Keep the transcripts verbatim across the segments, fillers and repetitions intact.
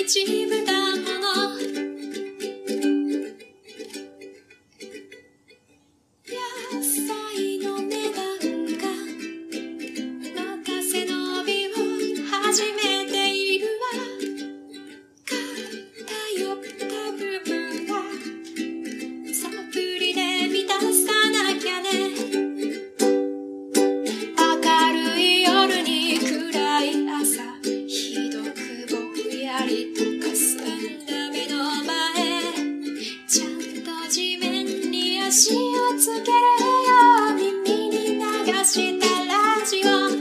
一部だもの野菜の値段がまた背伸びを始めているわ偏った部分はサプリで満たさなきゃね明るい夜に暗い朝ひどくぼんやりとかすんだ目の前ちゃんと地面に足をつけるよ耳に流したラジオ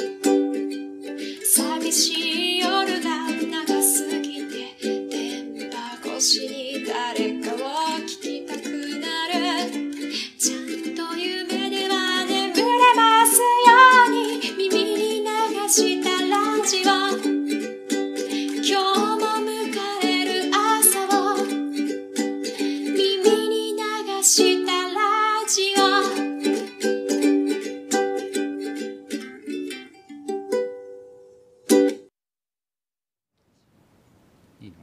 寂しい夜が長すぎて電波越しに誰かを聞きたくなるちゃんと夢では眠れますように耳に流したラジオ今日も迎える朝を耳に流したラジオいいの？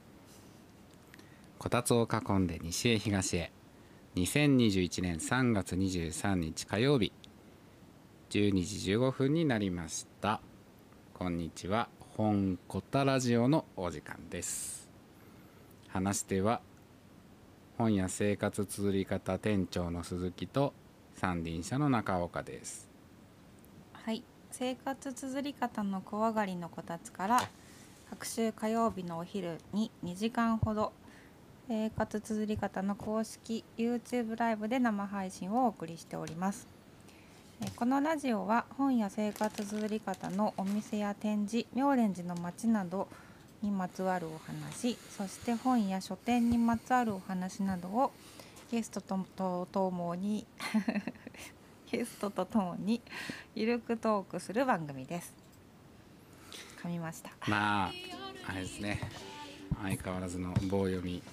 こたつを囲んで西へ東へにせんにじゅういちねんさんがつにじゅうさんにち火曜日じゅうにじじゅうごふんになりました。こんにちは。本こたラジオのお時間です。話し手は本屋生活綴り方店長の鈴木と三輪車の中岡です。 はい、生活綴り方の小上がりのこたつから各週火曜日のお昼ににじかんほど生活綴り方の公式 YouTube ライブで生配信をお送りしております。このラジオは本や生活綴り方のお店や展示、妙蓮寺の街などにまつわるお話、そして本や書店にまつわるお話などをゲストととともにゲストとともにゆるくトークする番組です。噛みました。 まああれですね、相変わらずの棒読み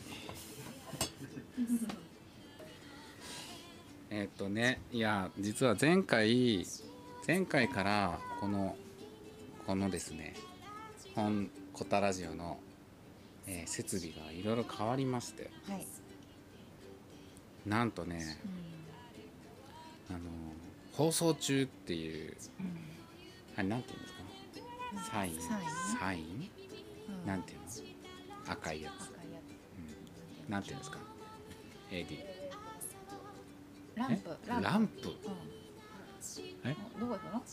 えっとね、いや実は前回前回からこのこのですね本こたラジオの、えー、設備がいろいろ変わりまして、 はい、 なんとね、うん、あの放送中っていう、うん、あれなんていうんですか、サインサイン、うん、なんていうの、赤いやつ、うん、なんていうんですか エーディーランプランプ、ランプ、うん、えどこ行くの？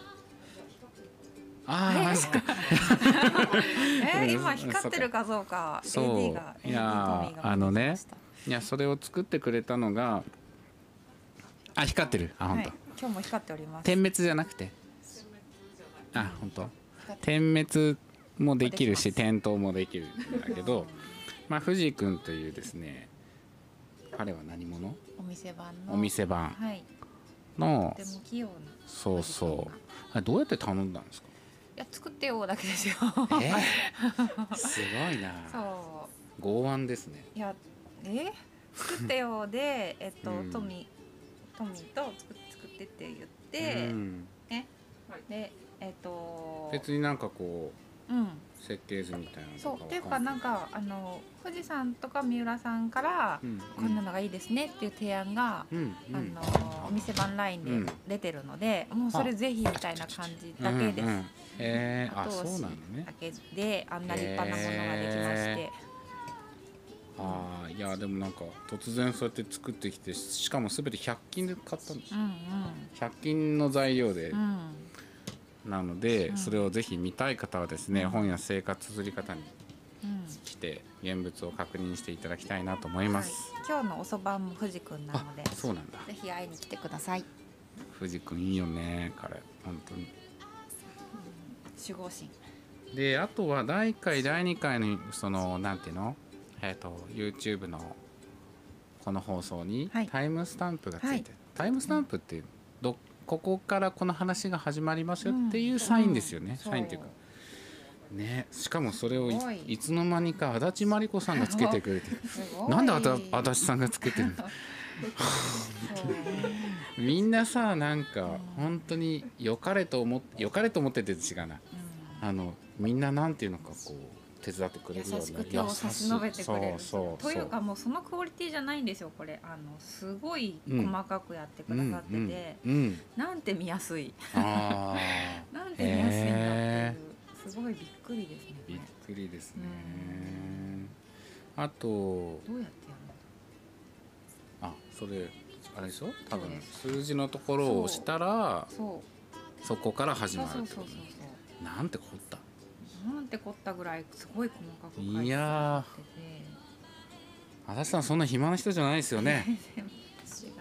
ああ、マジかえ今光ってるかどうか エーディー がいやあのね、いやそれを作ってくれたのがあ光ってるあ本当、はい、 今日も光っております。 点滅じゃなくてあ本当点滅もできるし点灯もできるんだけどまあ藤井くんというですね、彼は何者？ お店番のお店番の、はい、とても器用な、そうそう、あれどうやって頼んだんですか？ いや作ってよだけですよえすごいな。そう剛腕ですね。 いやえ作ってよでえっと、うん、トミトミと作ってって言って、うん、ねでえっと別になんかこう、うん、設計図みたいなのとかそうっていうかなんかあの富士山とか三浦さんから、うん、こんなのがいいですねっていう提案が、うん、あのお店番ラインで出てるので、うん、もうそれぜひみたいな感じだけです。うんうん、 えー、あそうなのね。 だけであんな立派なものができまして。えーああいやでもなんか突然そうやって作ってきて、しかも全てひゃく均で買ったんですよ、うんうん、ひゃく均の材料で、うん、なので、うん、それをぜひ見たい方はですね、うん、本や生活綴り方に来て現物を確認していただきたいなと思います、 はい、今日のおそばも藤くんなので、 そうなんだ、 ぜひ会いに来てください。 藤くんいいよね彼本当に、うん、 守護神で、あとはだいいっかいだいにかいのそのなんていうのえー、と YouTube のこの放送にタイムスタンプがついてる、はい、タイムスタンプってどここからこの話が始まりますよっていうサインですよね、うんうん、サインっていうかね、しかもそれを い, いつの間にか足立真理子さんがつけてくれてなんで足立さんがつけてるんだみんなさなんか本当に良かれと思って良かれと思ってて違うな、うん、あのみんななんていうのかこう手伝ってくれるような、 優しく手を差し伸べてくれる。 そうそうというかもうそのクオリティじゃないんですよこれ。あのすごい細かくやってくださってて、 うんうんうん、 なんて見やすいあなんて見やすいんだっていう、すごいびっくりですね。 びっくりですね。あとどうやってやるの？ あ、それあれでしょ、多分数字のところを押したら そ, そこから始まるってこと。そうそうそうそう、なんて凝ったなんて凝ったぐらいすごい細かく書いてて、 いやー、足立さんそんな暇な人じゃないですよね。 違いますよ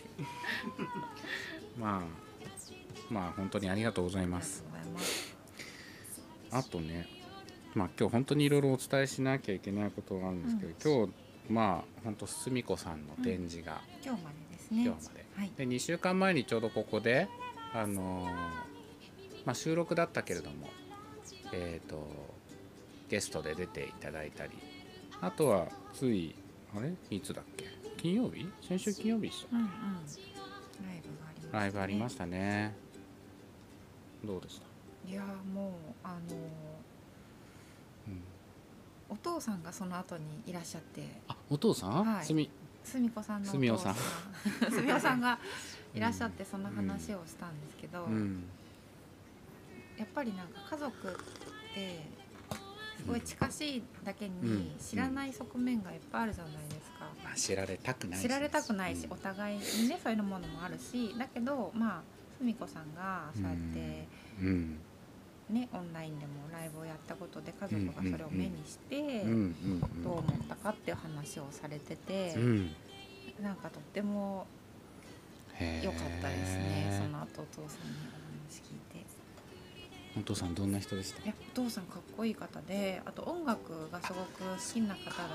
まあまあ本当にありがとうございます。あとね、まあ今日本当にいろいろお伝えしなきゃいけないことがあるんですけど、うん、今日まあ本当すみこさんの展示が、 うん、今日までですね。 今日まで、 はい、 でにしゅうかんまえにちょうどここであのー、まあ収録だったけれども、えーとゲストで出ていただいたり、あとはついあれいつだっけ、金曜日、先週金曜日でした、 うんうん、 ライブありましたね。どうでした？ いやもうあのーうん、お父さんがその後にいらっしゃって。あ、 お父さん、 はい、 すみすみこさんのお父さんすみおさんがいらっしゃって、その話をしたんですけど、うんうん、やっぱりなんか家族ってすごい近しいだけに知らない側面がいっぱいあるじゃないですか、 まあ、知られたくないし、 知られたくないし、お互いにねそういうものもあるし、だけどまあすみこさんがそうやって、うんうんね、オンラインでもライブをやったことで家族がそれを目にしてどう思ったかっていう話をされてて、うん、なんかとっても良かったですね。その後お父さんにお話聞いて。 お父さんどんな人でした？ いや、お父さんかっこいい方で、あと音楽がすごく好きな方だから、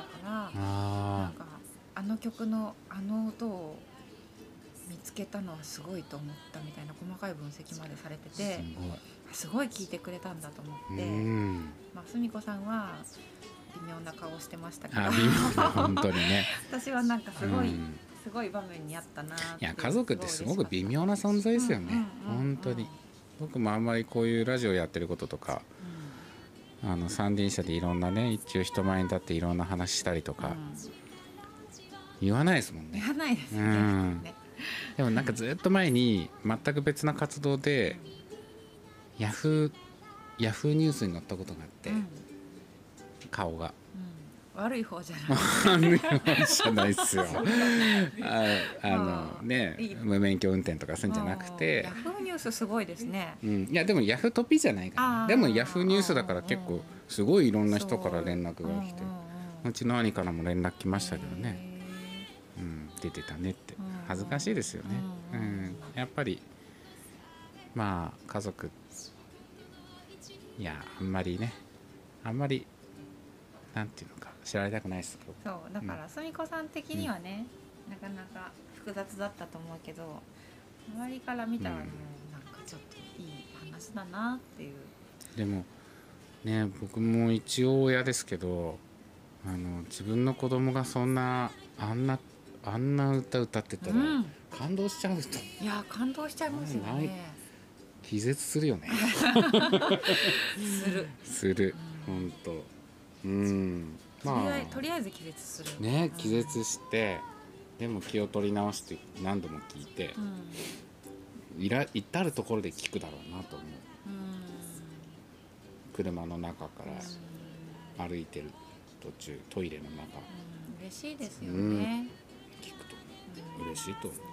あなんかあの曲のあの音を見つけたのはすごいと思ったみたいな細かい分析までされてて、すごい聞いてくれたんだと思って、まあすみこさんは微妙な顔してましたけど、 あ、微妙な本当にね私はなんかすごい、うん、すごい場面にあったなって。 いや、家族ってすごく微妙な存在ですよね、うんうんうんうん、本当に。僕もあんまりこういうラジオやってることとか、うん、あの三輪車でいろんなね、一応人前に立っていろんな話したりとか、うん、言わないですもんね。 言わないですね、うん、 でもなんかずっと前に全く別な活動で、うん、ヤフーヤフーニュースに載ったことがあって、うん、顔が、 うん、悪い方じゃない悪い方じゃないですよあ, あのね、いい無免許運転とかするんじゃなくて、 ヤフーニュースすごいですね、 うん、いやでもヤフートピじゃないから、ね、でもヤフーニュースだから結構すごいいろんな人から連絡が来て、うちの兄からも連絡来ましたけどね、うん、出てたねって。恥ずかしいですよね、うん、やっぱりまあ家族、いやあんまりね、あんまりなんていうのか知られたくないですけど、 そうだからすみこさん的にはね、うん、なかなか複雑だったと思うけど、周りから見たらもうなんかちょっといい話だなっていう。 でもね、僕も一応親ですけど、あの自分の子供がそんなあんなあんな歌歌ってたら感動しちゃうと、 うん、いや感動しちゃいますよね。 気絶するよねするする、うん、ほんと、うん、 まあ、とりあえず気絶するね、気絶して、でも気を取り直して何度も聞いて、うん、いら至るところで聞くだろうなと思う、うん、車の中から歩いてる途中、トイレの中、 うん、嬉しいですよね、 うん、聞くと嬉しいと思う、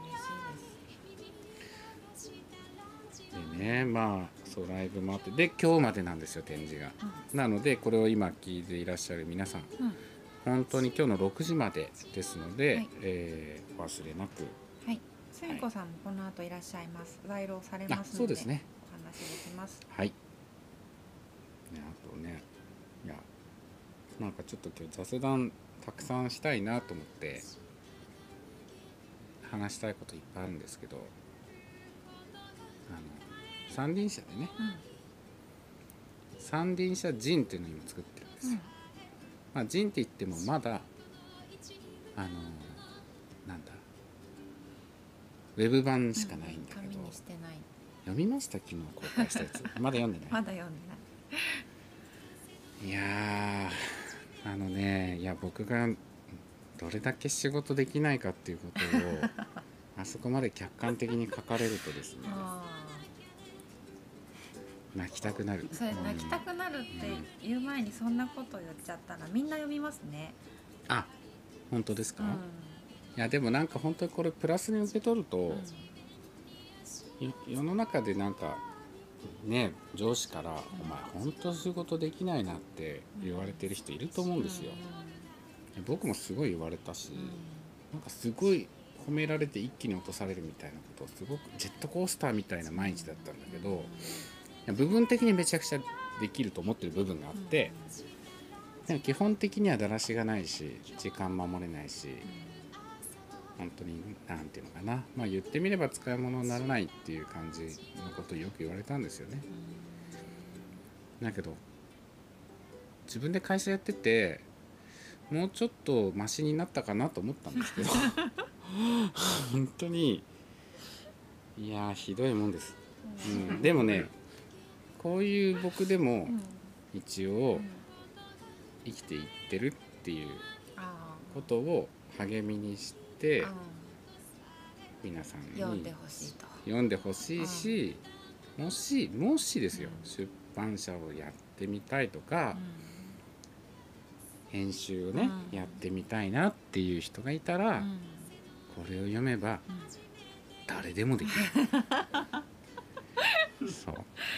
でね、まあそうライブもあって、で今日までなんですよ展示が、うん、なのでこれを今聞いていらっしゃる皆さん、うん、本当に今日のろくじまでですので、はい、えー、お忘れなく。 はい、すみこさんもこの後いらっしゃいます、在廊されますので、 そうですね、 お話できます。 はい、ね、あとね、いやなんかちょっと今日雑談たくさんしたいなと思って話したいこといっぱいあるんですけど、あの三輪車でね、うん、三輪車ジンっていうのを今作ってるんですよ、うん、まあジンって言ってもまだあのなんだウェブ版しかないんだけど、うん、 紙にしてない。 読みました？昨日公開したやつまだ読んでないまだ読んでないいやーあのねいや僕がどれだけ仕事できないかっていうことをあそこまで客観的に書かれるとですね泣きたくなる。 それ泣きたくなるって言う前にそんなこと言っちゃったらみんな読みますね。 あ、本当ですか、うん、いやでもなんか本当にこれプラスに受け取ると、うん、世の中でなんかね上司から、うん、お前本当仕事できないなって言われてる人いると思うんですよ、うん、僕もすごい言われたし、うん、なんかすごい褒められて一気に落とされるみたいなことをすごくジェットコースターみたいな毎日だったんだけど、うん、部分的にめちゃくちゃできると思ってる部分があって、でも基本的にはだらしがないし時間守れないし、本当に何ていうのかな、まあ言ってみれば使い物にならないっていう感じのことをよく言われたんですよね。だけど自分で会社やっててもうちょっとマシになったかなと思ったんですけど本当にいやひどいもんです、うん、でもねこういう僕でも一応生きていってるっていうことを励みにして皆さんに読んでほしいと読んでほしいし、もしもしですよ、出版社をやってみたいとか、編集をねやってみたいなっていう人がいたら、これを読めば誰でもできるそう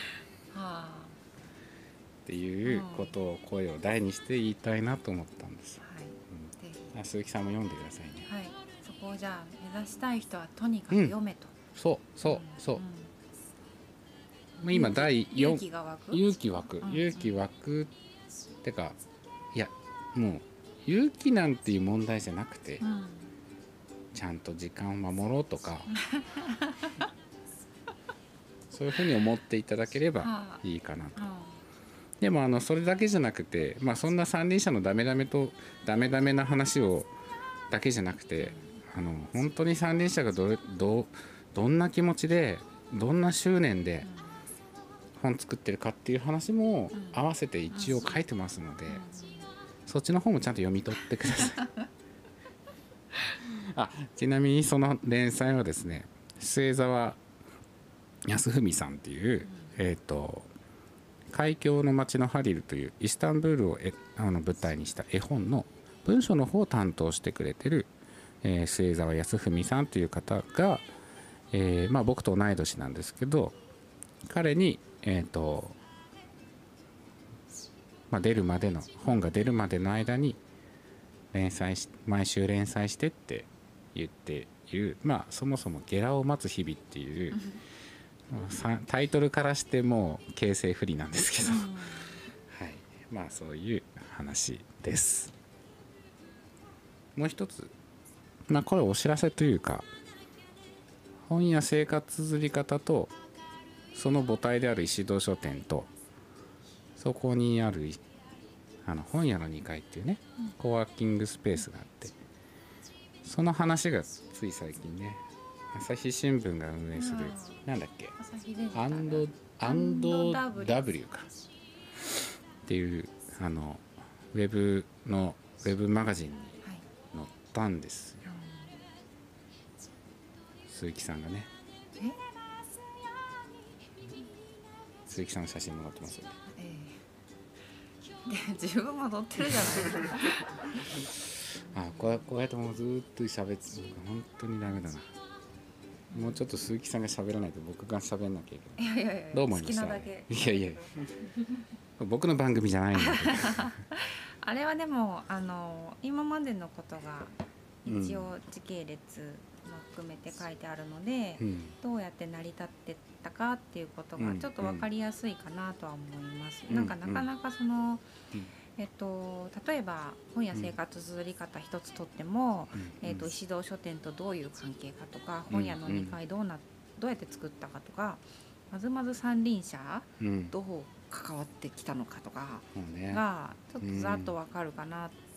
っていうことを声を大にして言いたいなと思ったんです、はいうん、鈴木さんも読んでくださいね。 はい、そこをじゃあ目指したい人はとにかく読めと、うん、 そうそうそう、うんうん、今だいよん勇気が湧く勇気湧く、うんうん、勇気湧くってかいやもう勇気なんていう問題じゃなくて、うん、ちゃんと時間を守ろうとかそういうふうに思っていただければいいかなと、はあうん、でもあのそれだけじゃなくて、まあ、そんな三輪車のダメダメとダメダメな話をだけじゃなくて、あの本当に三輪車が ど, ど, どんな気持ちでどんな執念で本作ってるかっていう話も合わせて一応書いてますので、そっちの方もちゃんと読み取ってくださいあちなみにその連載はですね、末澤康文さんっていう、えーと海峡の町のハリルというイスタンブールをえあの舞台にした絵本の文章の方を担当してくれてる、えー、末澤康文さんという方が、えーまあ、僕と同い年なんですけど、彼に、えーとまあ、出るまでの本が出るまでの間に連載し毎週連載してって言っている、まあ、そもそもゲラを待つ日々っていうタイトルからしてもう形勢不利なんですけど、うん、はい、まあそういう話です。もう一つ、まあこれお知らせというか、本屋生活綴り方とその母体である石堂書店とそこにあるあの本屋のにかいっていうね、うん、コワーキングスペースがあって、その話がつい最近ね、朝日新聞が運営する、なんだっけ、アンド W かっていうあのウェブのウェブマガジンに載ったんですよ、はい、鈴木さんがね。え鈴木さんの写真も載ってますよね、ええ、で自分も載ってるじゃないあこう、こうやってもうずっと喋って本当にダメだな。もうちょっと鈴木さんが喋らないと僕が喋んなきゃいけない。いやいやいや、どう思いました？好きなだけ。いやいや僕の番組じゃないんだけどあれはでもあの今までのことが一応時系列も含めて書いてあるので、うん、どうやって成り立ってたかっていうことがちょっと分かりやすいかなとは思います、うん、なんかなかなかその、うんえっと、例えば本や生活綴り方一つとっても、うんえっと、石堂書店とどういう関係かとか、うん、本屋のにかいどうなどうやって作ったかとか、まずまず三輪車、うん、どう関わってきたのかとかがちょっとざっと分かるかなっ 、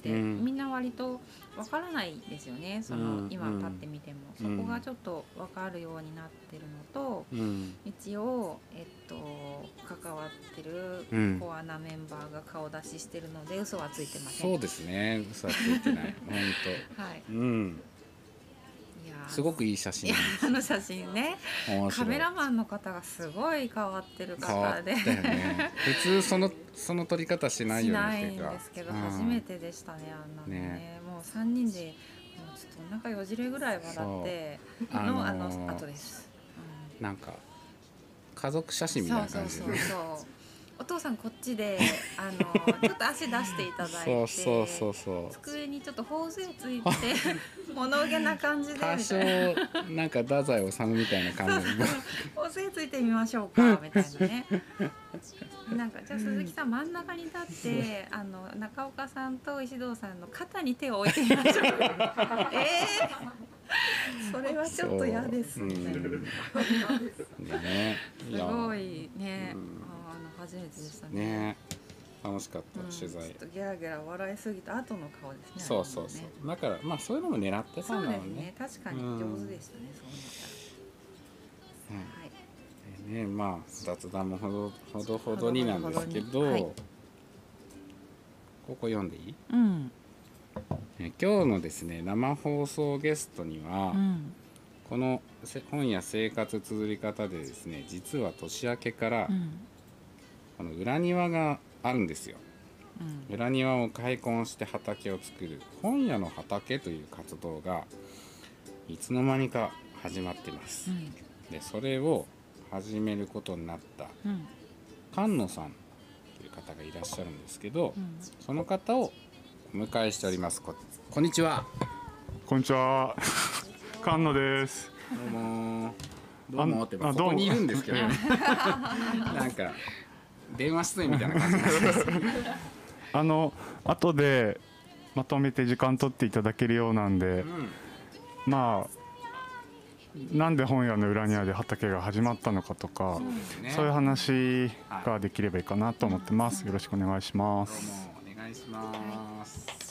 うん、みんな割とわからないですよね。その、うん、今立ってみても、うん、そこがちょっとわかるようになってるのと、うん、一応、えっと、関わってるコアなメンバーが顔出ししてるので嘘はついてません。 そうですね、嘘はついてない本当、はい、うん、すごくいい写真です。 あの写真ね、カメラマンの方がすごい変わってる方で、 ね、普通そのその撮り方しないよね。 しないんですけど、うん、初めてでしたね、あんなの ね, ねもうさんにんでもうちょっとお腹よじれぐらい笑っての、あのー、あの後です、 うん、なんか家族写真みたいな感じで、ね、そうそうそうお父さんこっちであのちょっと足出していただいて、 そうそうそうそう、 机にちょっと頬杖ついて物気な感じでみたいな、 多少なんか太宰治みたいな感じで頬杖ついてみましょうかみたいなねなんかじゃあ鈴木さん真ん中に立ってあの中岡さんと石堂さんの肩に手を置いてみましょうかえー、それはちょっと嫌ですね、うんね、 すごいね、うん初めてでしたね。 ね、楽しかった、うん、取材。 ちょっとギャラギャラ笑いすぎた後の顔ですね。 そうそうそう。ね、だからまあそういうのも狙ってたんだろうね。 そうですね。確かに上手でしたね。うん、そう思ったら。 はい。ね、まあ雑談もほどほどほどになんですけど、はい、ここ読んでいい？うん。え今日のですね生放送ゲストには、うん、この本や生活綴り方でですね、実は年明けから、うん、この裏庭があるんですよ、うん、裏庭を開墾して畑を作る本屋の畑という活動がいつの間にか始まっています、うん、でそれを始めることになった、うん、菅野さんという方がいらっしゃるんですけど、うん、その方をお迎えしております。 こ, こんにちは。 こんにちは菅野です。 どうもどうもって、まあ、ここにいるんですけどねなんか電話出演みたいな感じなんですあの後でまとめて時間取っていただけるようなんで、うん、まあなんで本屋の裏庭で畑が始まったのかとか、そうですね、そういう話ができればいいかなと思ってます、はい、よろしくお願いします。 どうもお願いします、はい。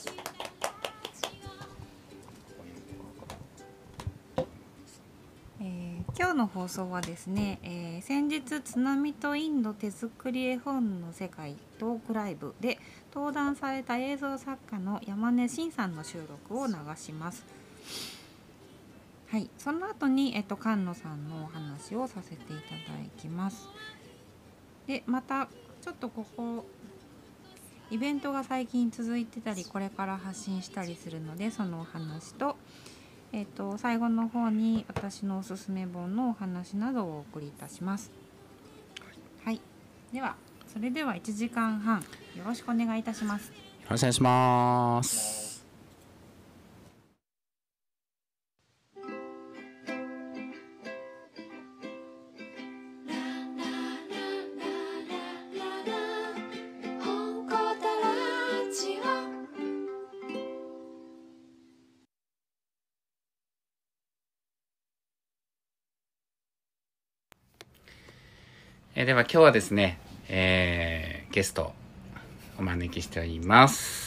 今日の放送はですね、えー、先日津波とインド手作り絵本の世界トークライブで登壇された映像作家の山根慎さんの収録を流します。はい、その後に、えっと、菅野さんのお話をさせていただきます。でまたちょっとここイベントが最近続いてたりこれから発信したりするのでそのお話とえー、と最後の方に私のおすすめ本のお話などをお送りいたします。はい、ではそれではいちじかんはんよろしくお願いいたします。よろしくお願いします。えー、では今日はですね、えー、ゲストお招きしております。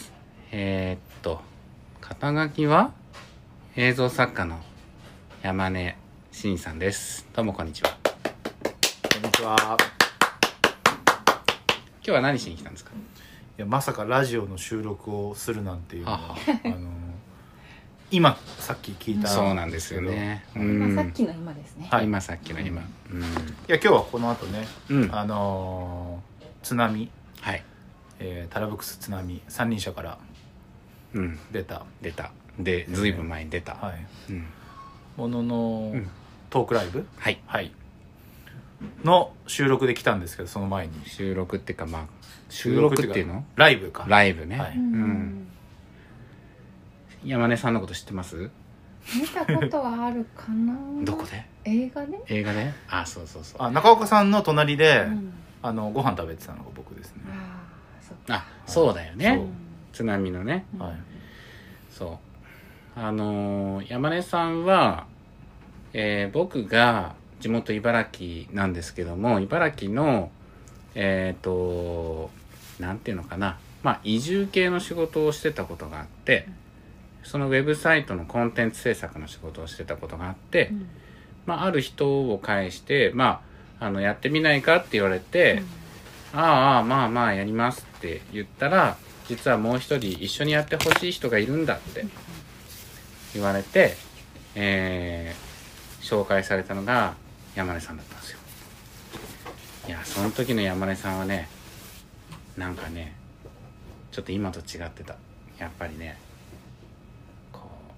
えー、っと肩書きは映像作家の山根慎さんです。どうもこんにちは。 こんにちは。今日は何しに来たんですか？ いやまさかラジオの収録をするなんていうのはあの今さっき聞いた。 そうなんですよね。 うん、今さっきの今ですね。 はい、今さっきの今。うん、いや今日はこの後ね、うん、あのー、津波、 はい、 えー、タラブクス津波三輪車から出た、 うん、出たでずいぶん前に出た、 はい、うん、ものの、うん、トークライブ、 はい、 はい、の収録で来たんですけどその前に収録っていうかまあ収録っていうのライブかライブね。 はい、 うん。山根さんのこと知ってます？ 見たことはあるかな。 どこで？ 映画で？ 映画で？あ、そうそうそう。 あ、中岡さんの隣で、うん、あのご飯食べてたのが僕ですね。 あ、そっか。あ、そうだよね。津波のね。 はい。 そう。あのー、山根さんは、えー、僕が地元茨城なんですけども、茨城のえっとなんていうのかな、 まあ、移住系の仕事をしてたことがあって、そのウェブサイトのコンテンツ制作の仕事をしてたことがあって、うん、まあ、ある人を介して、まあ、あのやってみないかって言われて、うん、ああまあまあやりますって言ったら、実はもう一人一緒にやってほしい人がいるんだって言われて、えー、紹介されたのが山根さんだったんですよ。いや、その時の山根さんはね、なんかね、ちょっと今と違ってた。やっぱりね、こ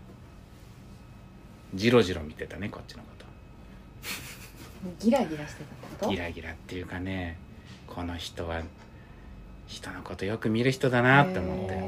うジロジロ見てたね、こっちのこと。 ギラギラしてたってこと？ ギラギラっていうかね、この人は人のことよく見る人だなって思って、うん、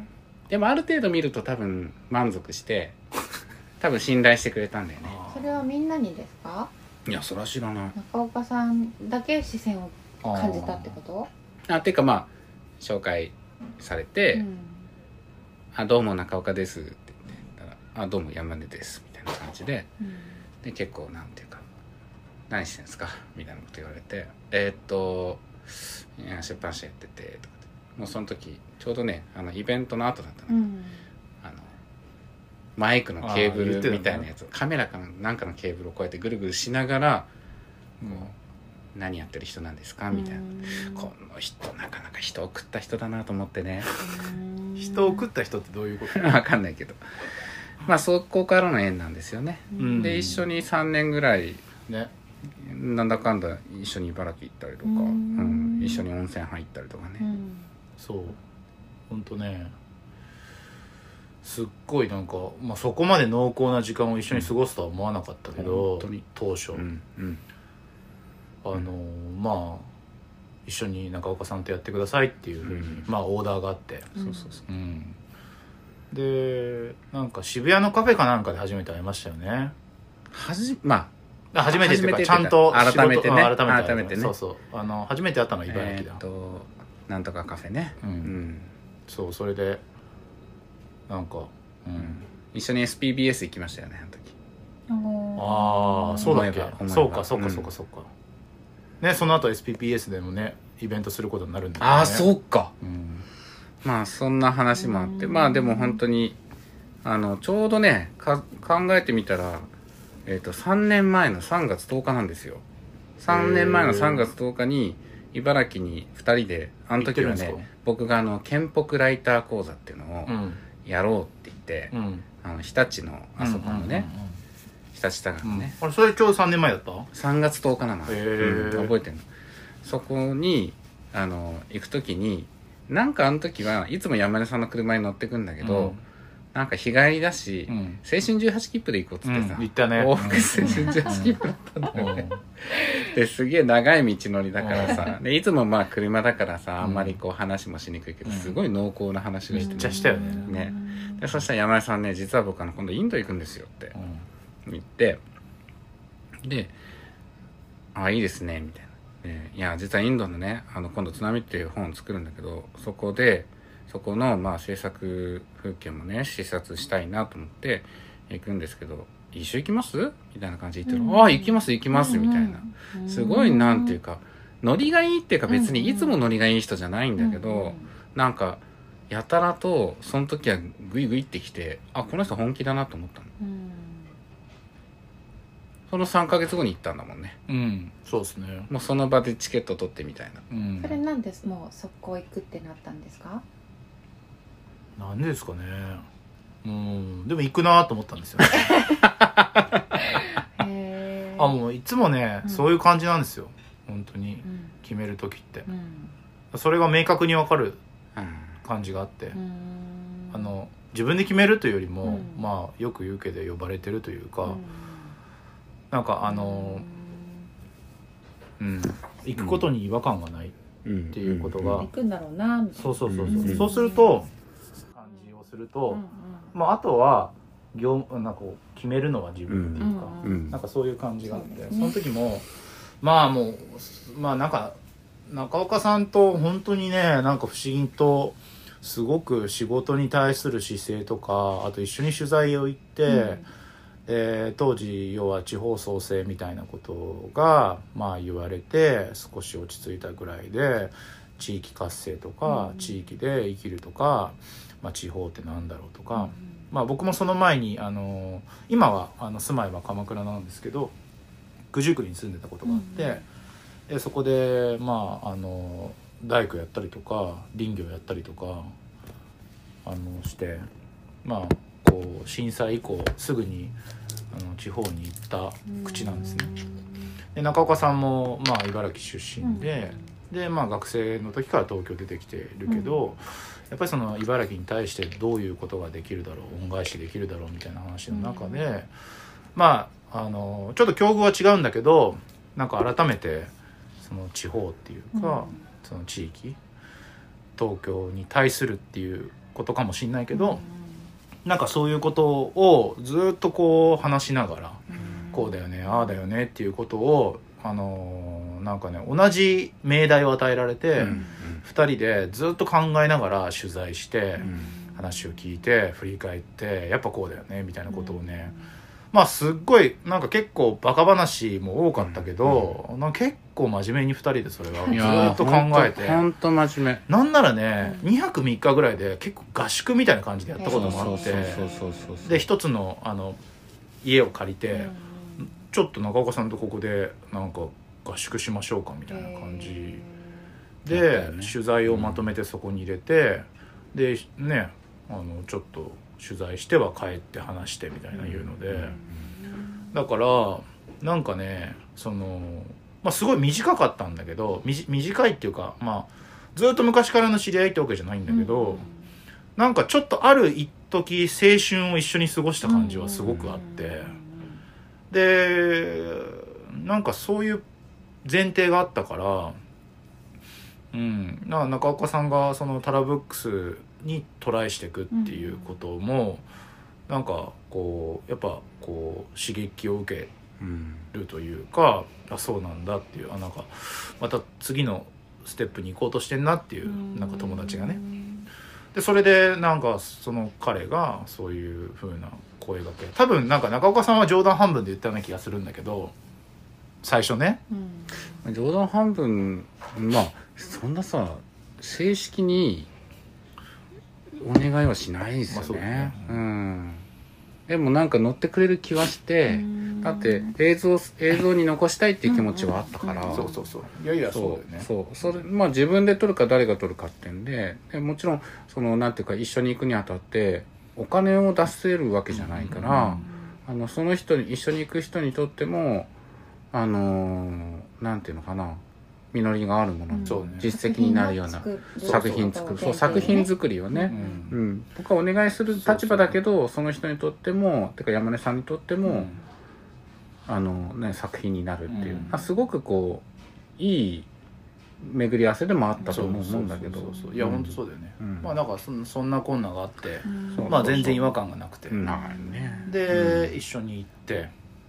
でもある程度見ると多分満足して多分信頼してくれたんだよね。 それはみんなにですか？ いや、それは知らない。 中岡さんだけ視線を感じたってこと？ あっていうか、まあ紹介されて、うん、あどうも中岡ですって言って、あどうも山根ですみたいな感じで、うん、で結構なんていうか、何してんですかみたいなこと言われて、えー、っといや出版社やっててとかって、もうその時ちょうどね、あのイベントの後だったの、うん、あのマイクのケーブルみたいなやつ、カメラかなんかのケーブルをこうやってぐるぐるしながら、うん、こう何やってる人なんですかみたいな、この人なかなか人を送った人だなと思ってね。 人を送った人ってどういうことわかんないけど、まあそこからの縁なんですよね、うん、で一緒にさんねんぐらい、ね、なんだかんだ一緒に茨城行ったりとか、うんうん、一緒に温泉入ったりとかね、うん、 そうほんとね、すっごいなんか、まあ、そこまで濃厚な時間を一緒に過ごすとは思わなかったけど、うん、当初、うんうん、あのー、まあ一緒に中岡さんとやってくださいっていうふうに、うん、まあオーダーがあって、そうそうそう、うん、でなんか渋谷のカフェかなんかで初めて会いましたよね。 はじまあ初めてっていうかちゃんと改めてね、 改めて改めてね、 そうそう、あの初めて会ったのは茨城だ、 えー、となんとかカフェね、うんうん、 そう、それでなんか、うん、 一緒に エスピービーエス 行きましたよね、あの時。ああ、そうだっけ。そうかそうかそうかそうか、うん、ね、その後 エスピービーエス でもねイベントすることになるんだよね。 ああ、そうか、うん、まあそんな話もあって、まあでも本当にあのちょうどねか考えてみたら、えー、とさんねんまえのさんがつとおかなんですよ。さんねんまえのさんがつとおかに茨城にふたりで、あの時はね僕があの県北ライター講座っていうのをやろうって言って、うん、あの日立のあそこのね、うんうんうんうん、日立大学のね、 うん、あれそれちょうどさんねんまえだった？ さんがつとおかなの、うん、覚えてるの。そこにあの行く時に、なんかあの時はいつも山根さんの車に乗ってくんだけど、うん、なんか日帰りだし、うん、青春じゅうはち切符で行こうっつってさ、 うん、行ったね、 往復青春じゅうはち切符だったんだよね、うん、ですげえ長い道のりだからさ、でいつもまあ車だからさ、あんまりこう話もしにくいけど、すごい濃厚な話をして、 めっちゃしたよね。 ね、でそしたら山根さんね、実は僕あの今度インド行くんですよって言って、で、あ、いいですねみたいな。いや実はインドのね、あの今度津波っていう本を作るんだけど、そこでそこのまあ制作風景もね視察したいなと思って行くんですけど、一緒行きますみたいな感じで言ってる、うん、ああ行きます行きますみたいな、うん、すごいなんていうかノリがいいっていうか、別にいつもノリがいい人じゃないんだけど、うん、なんかやたらとその時はグイグイってきて、あこの人本気だなと思ったの、うん、そのさんかげつごに行ったんだもんね。 うん、そうですね。 もうその場でチケット取ってみたいな、 うん、それなんです、もう速攻行くってなったんですか？ なんでですかね。うん、でも行くなと思ったんですよねへあ、もういつもね、うん、そういう感じなんですよ本当に、うん、決める時って、うん、それが明確に分かる感じがあって、うん、あの自分で決めるというよりも、うん、まあよく言うけど呼ばれてるというか、うん、なんかあの、うん、行くことに違和感がないっていうことが、 行くんだろうなみたいな。 そうそうそうそう、うん、そうすると感じをすると、うんうん、まああとは業なんかこう決めるのは自分っていうか、うん、なんかそういう感じがあって、 そ,、ね、その時もまあもうまあなんか中岡さんと本当にね、なんか不思議とすごく仕事に対する姿勢とか、あと一緒に取材を行って、うん、えー、当時要は地方創生みたいなことがまあ言われて少し落ち着いたぐらいで、 地域活性とか、うん、地域で生きるとか、まあ、地方ってなんだろうとか、うんまあ、僕もその前にあの今はあの住まいは鎌倉なんですけど九十九里に住んでたことがあって、うん、でそこでまああの大工やったりとか林業やったりとかあのしてまあこう震災以降すぐにあの地方に行った口なんですね。で中岡さんもまあ茨城出身で、うん、でまあ学生の時から東京出てきてるけど、うん、やっぱりその茨城に対してどういうことができるだろう恩返しできるだろうみたいな話の中で、うん、まああのちょっと境遇は違うんだけどなんか改めてその地方っていうか、うん、その地域東京に対するっていうことかもしれないけど、うん、なんかそういうことをずっとこう話しながら、うん、こうだよねああだよねっていうことをあのなんかね同じ命題を与えられて、うん、ふたりでずっと考えながら取材して、うん、話を聞いて振り返ってやっぱこうだよねみたいなことをね、うん、まあすっごいなんか結構バカ話も多かったけど、うん、なんか結構真面目にふたりでそれはずっと考えてほんと真面目なんならね、うん、にはくみっかぐらいで結構合宿みたいな感じでやったこともあってで一つのあの家を借りて、うん、ちょっと中岡さんとここでなんか合宿しましょうかみたいな感じで、ね、取材をまとめてそこに入れて、うん、でねあのちょっと取材しては帰って話してみたいな言うので、うん、だからなんかねその、まあ、すごい短かったんだけどみ短いっていうか、まあ、ずっと昔からの知り合いってわけじゃないんだけど、うん、なんかちょっとある一時青春を一緒に過ごした感じはすごくあって、うん、でなんかそういう前提があったから、うん、な中岡さんがそのタラブックスにトライしていくっていうことも、うん、なんかこうやっぱこう刺激を受けるというか、うん、あそうなんだっていうあなんかまた次のステップに行こうとしてんなっていう、うん、なんか友達がねでそれでなんかその彼がそういう風な声掛け多分なんか中岡さんは冗談半分で言ったような気がするんだけど最初ね、 うん、冗談半分まあそんなさ正式にお願いはしないですよね、まあそうねうん、でもなんか乗ってくれる気はしてだって映像映像に残したいっていう気持ちはあったから、 うんうん、そうそうそういやいやそうだよねそうそれまあ自分で撮るか誰が撮るかってんで、でもちろんそのなんていうか一緒に行くにあたってお金を出せるわけじゃないから、うん、あのその人に一緒に行く人にとってもあのー、なんていうのかな実りがあるもの、うん、実績になるような作品作るそう作品作りをね、うんうん、僕はお願いする立場だけどその人にとってもてか山根さんにとっても、うん、あのね作品になるっていう、うん、すごくこういい巡り合わせでもあったと思うんだけどいや本当そうだよね、うん、まあなんか そ, そんなこんながあって、うん、まあ全然違和感がなくて、 うん、ないねで、うん、一緒に行って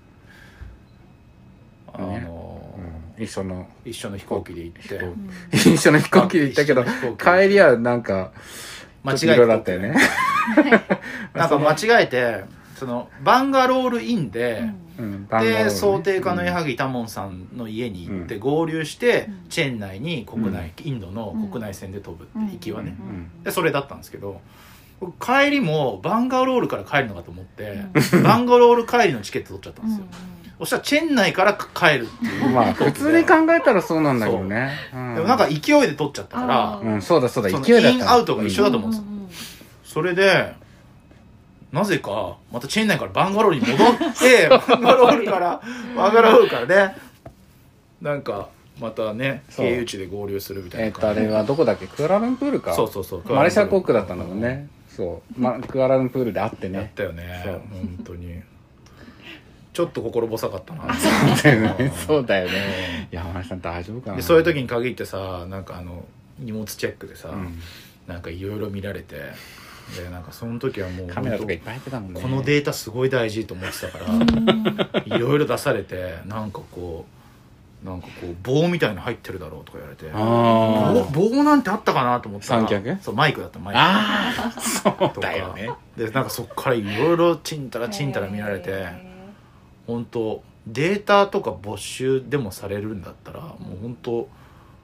あの、ねうん、一緒の一緒の飛行機で行って、うん、 一緒の飛行機で行ったけど帰りはなんか間違えてだったよねなんか間違えてそのバンガロールインで、うん、で想定家の矢作多聞さんの家に行って合流して、うん、チェン内に国内、うん、インドの国内線で飛ぶって行きはね、うん、でそれだったんですけど帰りもバンガロールから帰るのかと思って、うん、バンガロール帰りのチケット取っちゃったんですよ、うんそしたらチェン内から帰るっていうまあ普通に考えたらそうなんだけどね、 うん、でもなんか勢いで取っちゃったから、 うん、そうだそうだ勢いだったインアウトが一緒だと思うんですよ、うんうんうん、それでなぜかまたチェン内からバンガロールに戻ってバンガロールからバンガロールからねなんかまたね経由地で合流するみたいな、 えー、っとあれはどこだっけクアラルンプールかそうそうそうマレーシア航空だったんだもんね、うん、そう、ま、クアラルンプールで会ってねやったよね本当にちょっと心細かったなそうだよねそうだよね山根さん大丈夫かなでそういう時に限ってさなんかあの荷物チェックでさ、うん、なんかいろいろ見られてでなんかその時はもうカメラとかいっぱい入ってたもんねこのデータすごい大事と思ってたからいろいろ出されてなんかこうなんかこう棒みたいなの入ってるだろうとか言われてあ 棒, 棒なんてあったかなと思ったら三脚そうマイクだったマイクああそうだよねでなんかそっからいろいろチンタラチンタラ見られて本当データとか没収でもされるんだったらもう本当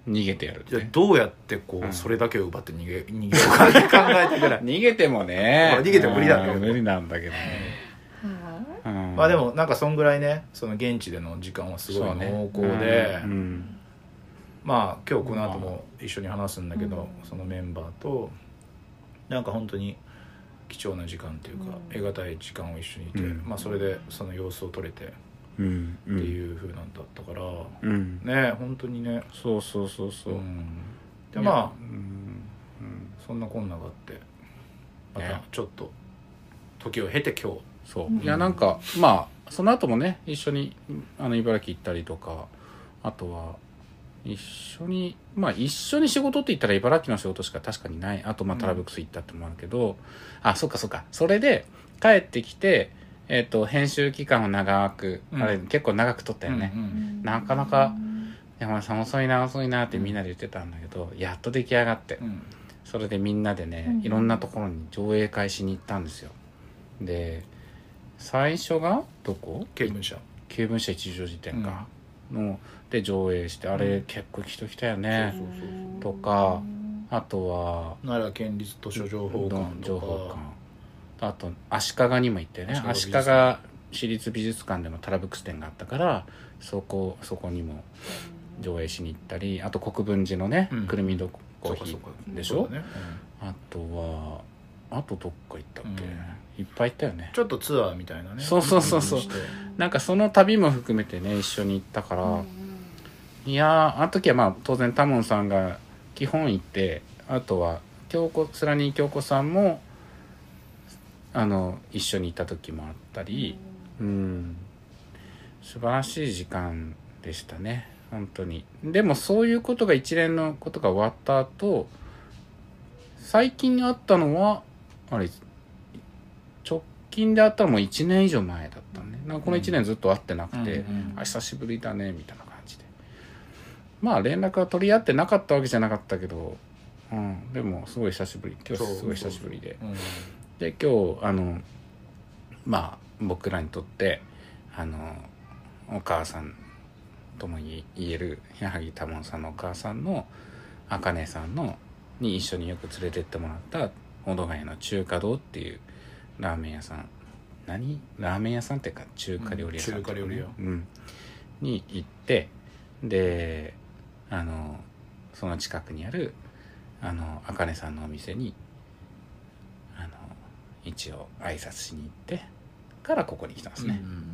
逃げてやるってじゃあどうやってこう、 うんそれだけを奪って逃げ逃げようかって考えたぐらい逃げてもね逃げても無理だけどうん無理なんだけどね、うんまあでもなんかそんぐらいねその現地での時間はすごいそうね濃厚で、 うんうんまあ今日この後も一緒に話すんだけど、そのメンバーとなんか本当に貴重な時間っていうか、得難い時間を一緒にいて、 うんまあそれでその様子を撮れてってうんうんいう風なんだったから、 うんね本当にね、 そうそうそうそうう、 ん、でまあうんうんそんなこんながあってまたねちょっと時を経て今日そう、 うんいやなんかまあその後もね一緒にあの茨城行ったりとか、あとは一緒にまあ一緒に仕事って言ったら茨城の仕事しか確かにない。あとまあタラブックス行ったってのもあるけど、うん、あそっかそっか、それで帰ってきてえっ、ー、と編集期間を長く、うん、あれ結構長く撮ったよね、うんうん、なかなか山田さん遅いな遅いなってみんなで言ってたんだけど、やっと出来上がって、うん、それでみんなでねいろんなところに上映会しに行ったんですよ。で最初がどこ？ 経文社経文社一条辞典か、うん、ので上映して、あれ、うん、結構人来たよね、そうそうそうとか、あとは奈良県立図書情報館とか、 あと足利にも行ってね、足利市立美術館でもタラブックス展があったからそこそこにも上映しに行ったり、あと国分寺のね、うん、くるみどコーヒーでしょ、ねうん、あとはあとどっか行ったっけ、うん、いっぱい行ったよね。 ちょっとツアーみたいなね。 そうそうそうそう。なんかその旅も含めてね一緒に行ったから、うん、いやあの時はまあ当然タモンさんが基本行って、あとは京子スラニー京子さんもあの一緒に行った時もあったり、うん、うん素晴らしい時間でしたね本当に。でもそういうことが一連のことが終わった後、最近あったのはあれ直近であったのもいちねん以上前だったね。なんかこのいちねんずっと会ってなくて、うん、あ久しぶりだねみたいな感じで、まあ連絡は取り合ってなかったわけじゃなかったけど、うん、でもすごい久しぶり、今日すごい久しぶりで、うん、で今日あのまあ僕らにとってあのお母さんとも言える矢作多聞さんのお母さんのあかねさんのに一緒によく連れてってもらった小戸ヶ谷の中華堂っていうラーメン屋さん、何ラーメン屋さんっていうか中華料理屋さん、うん、中華料理屋、うん、に行って、であのその近くにあるあのあかねさんのお店にあの一応挨拶しに行ってからここに来たんですね、うんうん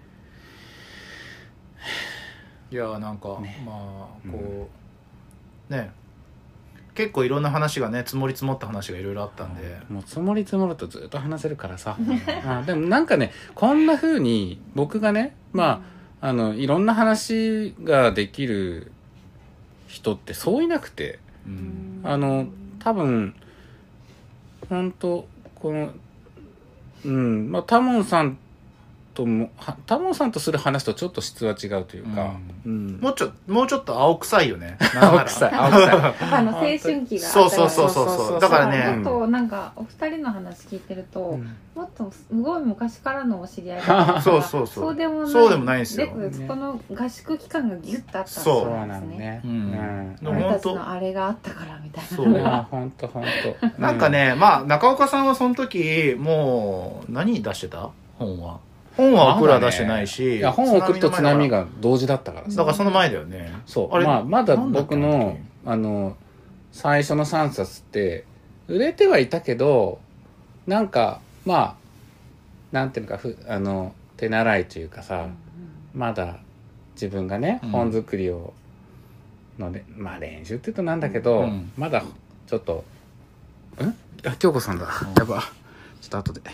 いやなんか、ね、まあこう、うん、ね結構いろんな話がね積もり積もった話がいろいろあったんで、 もう積もり積もるとずっと話せるからさあでもなんかねこんな風に僕がねまああのいろんな話ができる人ってそういなくて、うん、あの多分本当このうんまあタモンさんともタモンさんとする話とちょっと質は違うというか、 うんうん、もうちょもうちょっと青臭いよね。 青臭い青臭いあの青春期がそうそうそうそうそうだからねもっとなんかお二人の話聞いてると、うん、もっとすごい昔からのお知り合いだからそうそうそうそうでもないそうでもないんですよ。 でそこの合宿期間がギュッとあったんそうなんですね。 俺たちのあれがあったからみたいな。 そう本当本当。 なんかねまあ中岡さんはその時もう何出してた本は。本は僕ら出してないし、ね、 いや本を送ると津波が同時だったからさだからその前だよね。 そうあれ、まあ、まだ僕のあの最初のさんさつって売れてはいたけどなんかまあなんていうのかふあの手習いというかさ、うんうん、まだ自分がね、うん、本作りをのでまあ練習って言うとなんだけど、うん、まだちょっとんあ京子さんだ、うん、やばちょっと後で。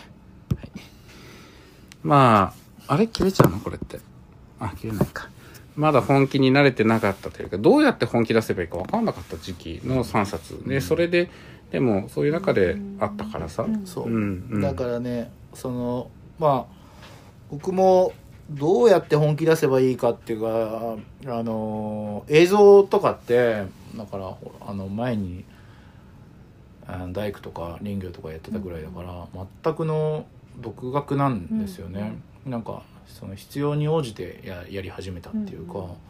まああれ切れちゃうのこれってあ切れないか。まだ本気に慣れてなかったというかどうやって本気出せばいいか分かんなかった時期のさんさつで、それででもそういう中であったからさ、 そう、うんうん、だからねそのまあ僕もどうやって本気出せばいいかっていうかあの映像とかってだからあの前にあの大工とか林業とかやってたぐらいだから全くの独学なんですよね、うん、なんかその必要に応じて や, やり始めたっていうか、うん、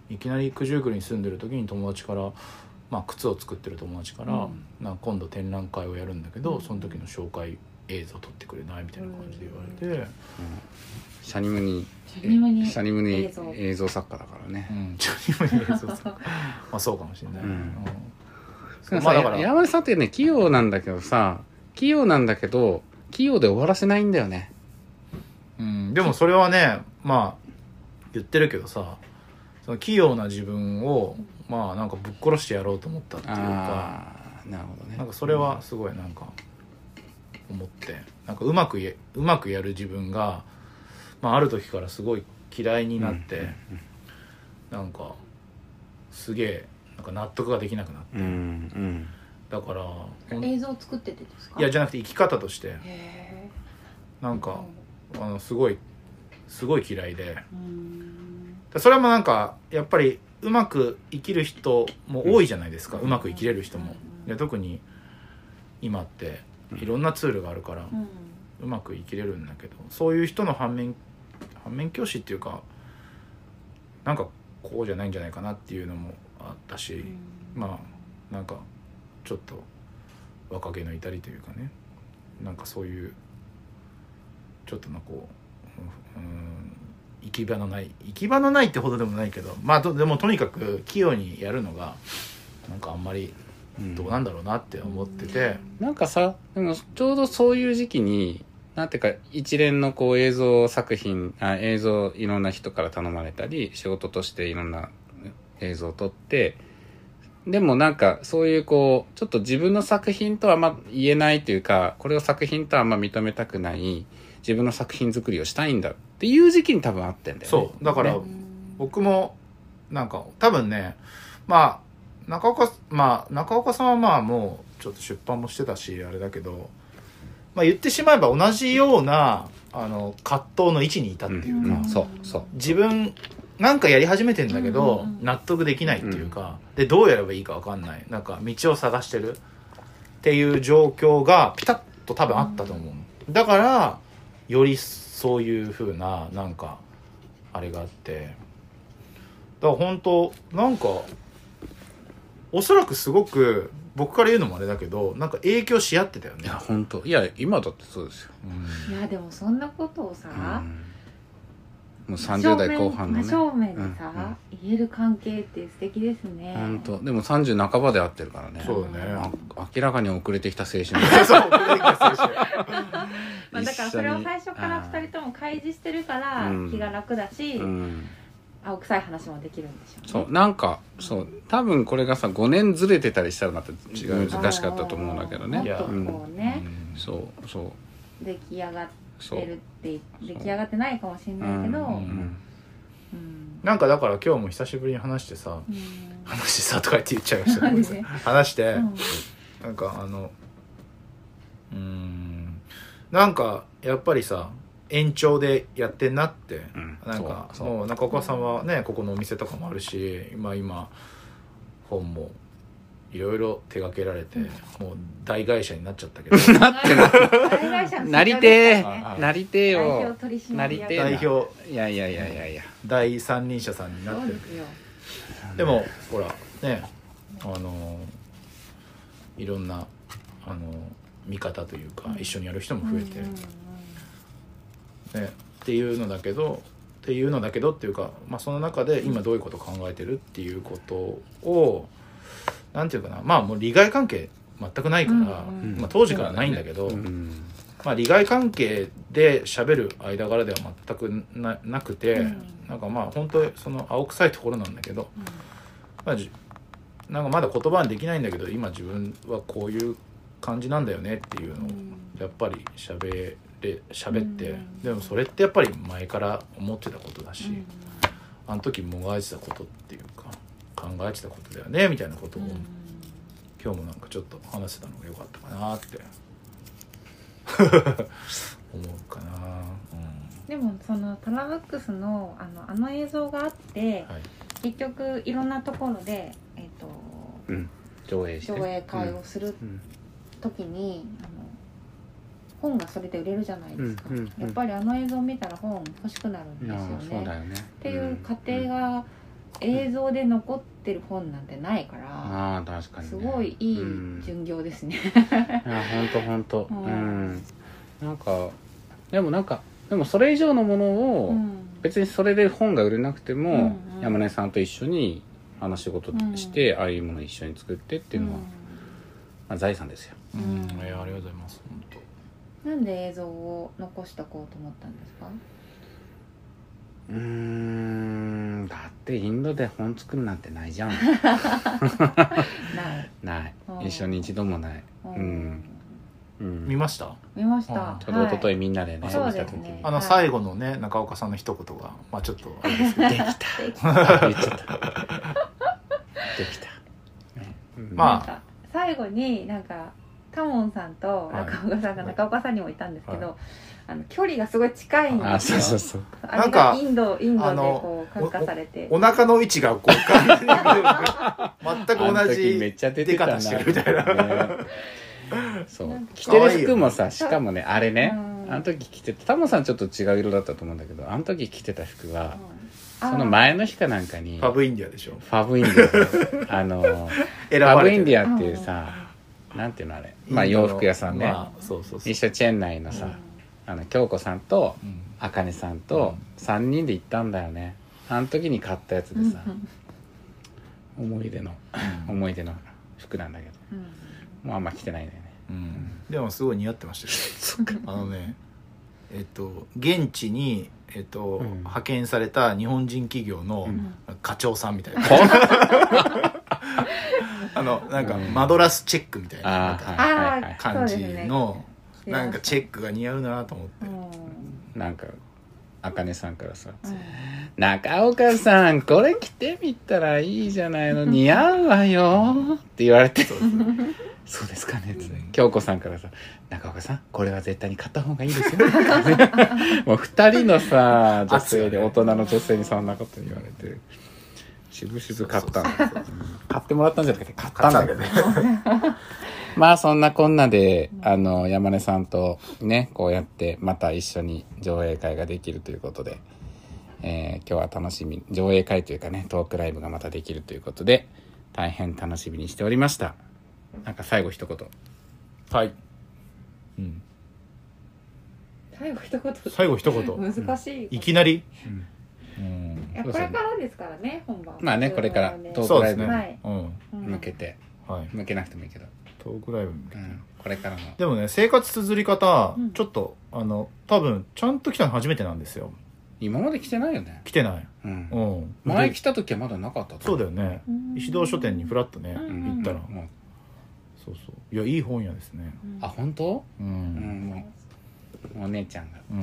いきなり九十九里に住んでる時に友達から、まあ、靴を作ってる友達から、うん、なんか今度展覧会をやるんだけど、うん、その時の紹介映像撮ってくれないみたいな感じで言われて、うん、 シャニムニシャニムニ映像作家だからね、 うん、シャニムニ映像作家まあそうかもしれない、うんうん、まあだから山根さんってね器用なんだけどさ器用なんだけど器用で終わらせないんだよね、 うん、でもそれはねまあ言ってるけどさその器用な自分をまあなんかぶっ殺してやろうと思ったっていうか、 なるほどね、 なんかそれはすごいなんか思ってなんかうまくやうまくやる自分が、まあ、ある時からすごい嫌いになって、うんうんうん、なんかすげえなんか納得ができなくなって、うんうん、だから映像を作っててですか？ いやじゃなくて生き方としてなんか、うん、あのすごいすごい嫌いで、うん、それもなんかやっぱりうまく生きる人も多いじゃないですか、うん、うまく生きれる人も、うん、で特に今っていろんなツールがあるから、うん、うまく生きれるんだけどそういう人の反面反面教師っていうかなんかこうじゃないんじゃないかなっていうのもあったし、うん、まあなんかちょっと若気の至りというかねなんかそういうちょっとなこう、うん、行き場のない行き場のないってほどでもないけどまあでもとにかく器用にやるのがなんかあんまりどうなんだろうなって思ってて、 うん、なんかさでもちょうどそういう時期になんていうか一連のこう映像作品あ映像いろんな人から頼まれたり仕事としていろんな映像を撮ってでもなんかそういうこうちょっと自分の作品とはあんま言えないというかこれを作品とはあんま認めたくない自分の作品作りをしたいんだっていう時期に多分あってんだよね。 そうだから、ね、僕もなんか多分ねまあ中岡まあ中岡さんはまあもうちょっと出版もしてたしあれだけど、まあ、言ってしまえば同じようなあの葛藤の位置にいたっていうか、 うんうん、そうそう自分なんかやり始めてんだけど、うんうん、納得できないっていうか、うん、でどうやればいいか分かんないなんか道を探してるっていう状況がピタッと多分あったと思う、うん、だからよりそういう風ななんかあれがあってだから本当なんかおそらくすごく僕から言うのもあれだけどなんか影響し合ってたよね。 いや本当いや今だってそうですよ、 うん、いやでもそんなことをさ、 うん、もうさんじゅう代後半のね真正面でさ、うんうん、言える関係って素敵ですね。 本当でもさんじゅう半ばで会ってるからね。 そうだね明らかに遅れてきた青春そう遅れてきた青春まあだからそれを最初からふたりとも開示してるから気が楽だし、うんうん青臭い話もできるんでしょうね。 そうなんかそう多分これがさごねんずれてたりしたらまた違う難しかったと思うんだけどね。 もっとこうね、 うん、そうそう出来上がってるって出来上がってないかもしれないけど、うんうん、 なんかだから今日も久しぶりに話してさ、うん、話してさとか言って言っちゃいましたけど話して、うん、なんかあのうーんなんかやっぱりさ延長でやってんなって、うん、なんかもう中岡さんはねここのお店とかもあるし今今本もいろいろ手掛けられて、うん、もう大会社になっちゃったけどなってななりてーなりてーよなりてー代表いやいやいやいやいや第三人者さんになってるでもほらねあのいろんなあの見方というか、うん、一緒にやる人も増えて、うんね、っていうのだけどっていうのだけどっていうか、まあ、その中で今どういうことを考えてるっていうことをなんていうかなまあもう利害関係全くないから、うんうんまあ、当時からないんだけど、うんまあ、利害関係で喋る間柄では全く な, なくて、うん、なんかまあ本当にその青臭いところなんだけど、うんまあ、なんかまだ言葉にできないんだけど今自分はこういう感じなんだよねっていうのをやっぱり喋れ喋って、うん、でもそれってやっぱり前から思ってたことだし、うん、あの時もがいてたことっていうか考えてたことだよねみたいなことを、うん、今日もなんかちょっと話せたのが良かったかなって思うかな、 うん、でもそのタラブックス の, あのあの映像があって、はい、結局いろんなところで、えーとうん、上映して上映会をする時に、うん、あの本がそれで売れるじゃないですか、うんうんうん、やっぱりあの映像を見たら本欲しくなるんですよ ね, そうだよねっていう過程が映像で残ってる本なんてないから、 ああ確かに、ね、 すごいいい巡業ですね。 いや本当本当、うん、なんかでもなんかでもそれ以上のものを、うん、別にそれで本が売れなくても、うんうん、山根さんと一緒にあの仕事して、うん、ああいうものを一緒に作ってっていうのは、うんまあ、財産ですよ。 うん、うん、ありがとうございます本当。なんで映像を残しとこうと思ったんですか？ うーんだってインドで本作るなんてないじゃん。ないない一緒に一度もない、うんうん、見ました見ました。 ちょうど一昨日みんなでね、 そう見た時にあの最後のね中岡さんの一言がまあちょっとあれですけどできた言っちゃったできた、 ねうん、まあ最後になんかタモンさんと中岡さんが中岡さんにもいたんですけど、はいはいあの距離がすごい近いんですよ。あ、そうそうそう。あれがインドインドでこう感化されて、 お, お腹の位置がこう全く同じめっちゃ出てたなしてるみたいな。ね、 そう着てる服もさ、しかもねあれね、あの時着てたタモさんちょっと違う色だったと思うんだけど、あの時着てた服は、うん、その前の日かなんかにファブインディアでしょ。 ファブインディアあのファブインディアっていうさ、うん、なんていうのあれ、まあ洋服屋さんね、まあ、そうそうそう一緒チェン内のさ。うんあの京子さんとあかねさんとさんにんで行ったんだよね。あの時に買ったやつでさ、うん、思い出の、うん、思い出の服なんだけど、うん、もうあんま着てないんだよね、 うん、でもすごい似合ってましたよ。あのねえっと現地に、えっとうん、派遣された日本人企業の課長さんみたいな、あのなんかマドラスチェックみたいな感じのなんかチェックが似合うなと思って、 うん、なんかあかねさんからさ、うん、中岡さんこれ着てみたらいいじゃないの似合うわよって言われてそうですかねって、うん、京子さんからさ中岡さんこれは絶対に買った方がいいですよもうふたりのさ女性で大人の女性にそんなこと言われてしぶしぶ買ったの買ってもらったんじゃなくて買ったんだけどねまあそんなこんなであの山根さんとねこうやってまた一緒に上映会ができるということで、えー、今日は楽しみ上映会というかねトークライブがまたできるということで大変楽しみにしておりました。なんか最後一言。 はい、うん、 最後一言最後一言難しい、 うん、いきなり、 うんうん、いやこれからですからね本番まあねこれからトークライブに向けて、はい、向けなくてもいいけどトークライブ向けて、 うん、これからのでもね生活綴り方、うん、ちょっとあの多分ちゃんと来たの初めてなんですよ。 今まで来てないよね。 来てない、 うんうん、前来た時はまだなかったと。 そうだよね、石堂書店にフラッとね、うん、行ったら、うん、そうそういやいい本屋ですね、 うん、あ本当、うんうん、もうお姉ちゃんが、 うんうん、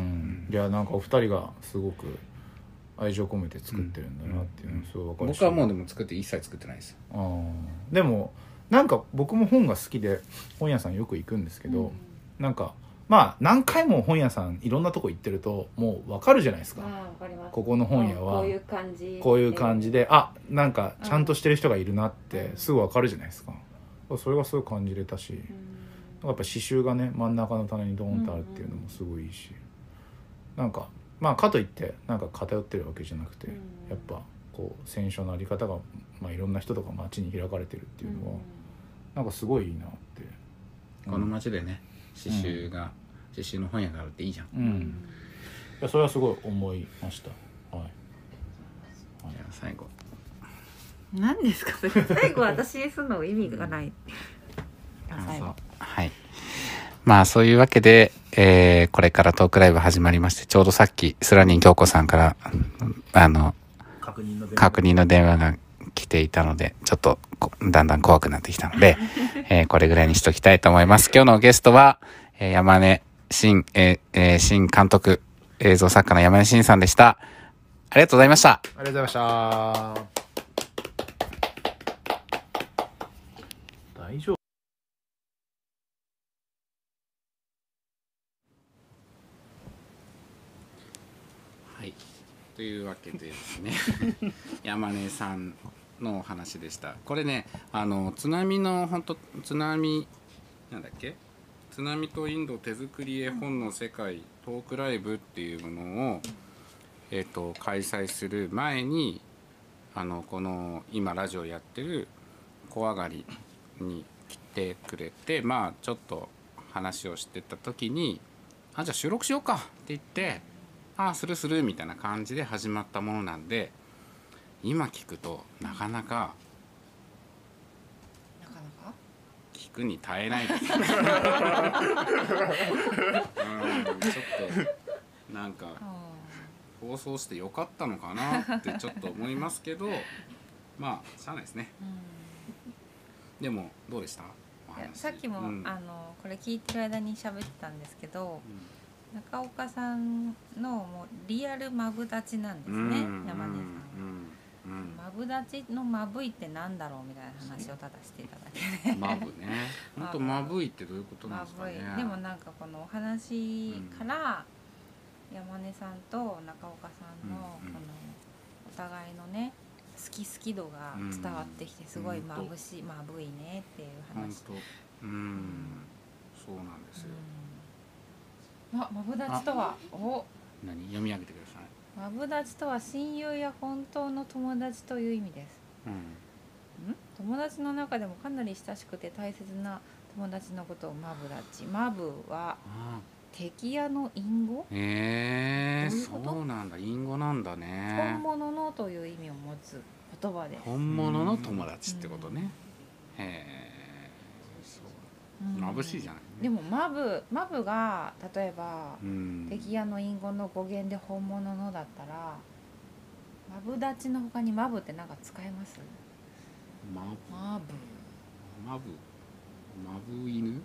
いやなんかお二人がすごく愛情込めて作ってるんだなっていうのすごい分かるし、 僕はもうでも作って一切作ってないですよ。 あでもなんか僕も本が好きで本屋さんよく行くんですけど、うん、なんかまあ何回も本屋さんいろんなとこ行ってるともう分かるじゃないですか。 あ分かります。 ここの本屋はこういう感じこういう感じであなんかちゃんとしてる人がいるなってすぐ分かるじゃないですか。それがすごい感じれたし、うん、やっぱ刺繍がね真ん中の棚にドーンとあるっていうのもすごいいいし、なんかまあかといってなんか偏ってるわけじゃなくて、うん、やっぱこう選書のあり方が、まあ、いろんな人とか街に開かれてるっていうのは、うん、なんかすごいいいなって、 うん、この街でね刺繍が、うん、刺繍の本屋があるっていいじゃん、 うん、いやそれはすごい思いました。はい、 じゃあ最後何ですかそれ最後私にするの意味がない、うん、最後はいまあそういうわけで、えー、これからトークライブ始まりましてちょうどさっきスラニン京子さんからあの確認の電話確認の電話が来ていたのでちょっとだんだん怖くなってきたので、えー、これぐらいにしときたいと思います。今日のゲストは、えー、山根新、えーえー、新監督映像作家の山根新さんでした。ありがとうございました。 ありがとうございました。大丈夫はいというわけでですね山根さんのお話でした。これねあの津波の本当津波なんだっけ津波とインド手作り絵本の世界トークライブっていうものを、えーと、開催する前に、 あのこの今ラジオやってる小上がりに来てくれて、まあちょっと話をしてた時に「あじゃあ収録しようか」って言って「ああするする」みたいな感じで始まったものなんで、今聞くとなかなかなかなか聞くに耐えないです、うん、ちょっとなんか放送してよかったのかなってちょっと思いますけどまあしゃあないですね。でもどうでした？ さっきも、うん、あのこれ聞いてる間に喋ってたんですけど、うん、中岡さんのもうリアルマブダチなんですね、うん、山根さんは。うん、マブダチのマブイってなんだろうみたいな話をただしていただけでマブね。本当マブイってどういうことなんですかね。 でもなんかこのお話から山根さんと中岡さんのこのお互いのね好き好き度が伝わってきてすごいまぶしいまぶいねっていう話。 本当、うん、そうなんですよ。 あ、マブダチとはお何読み上げてください。 マブダチとは親友や本当の友達という意味です。うん、ん友達の中でもかなり親しくて大切な友達のことをマブダチ。マブは敵屋の隠語。 へえー、そうなんだ。隠語なんだね。 本物のという意味を持つ言葉です。 本物の友達ってことね。うん、へえ。眩しいじゃない、ね、 でもマブマブが例えば、うん、敵屋の隠語の語源で本物のだったらマブダチの他にマブって何か使えます？ マブマブマブマブ犬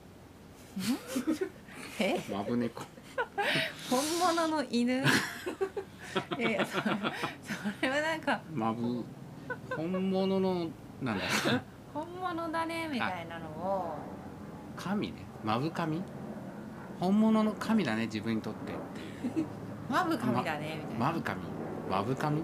えマブ猫本物の犬いやいやそれ、それはなんかマブ本物のなんだ本物だねみたいなのを神ね、マブ神本物の神だね自分にとってっていうマブ神だねみたいなマブ神マブ神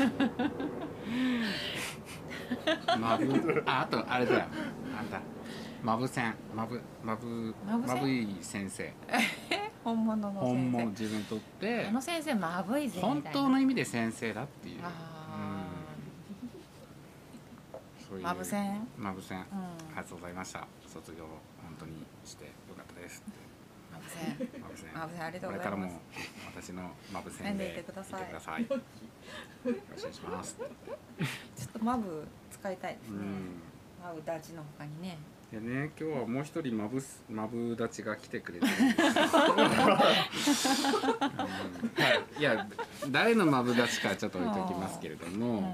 マブああとあれだよあんたマブ線マブマブマブい先生本物の先生本物自分にとってあの先生マブいぜみたいな本当の意味で先生だっていう、 うん、マブ線マブ線、うん、ありがとうございました。卒業本当にしてよかったです。 マブ線、 マブ線、 マブ線ありがとうございます。 これからも私のマブ線でいてください。よろしくお願いします。 ちょっとマブ使いたいですね。うん、マブダチの他にね。 いやね、今日はもう一人マブマブダチが来てくれてるんです。いや誰のマブダチかちょっと置いときますけれども、はい、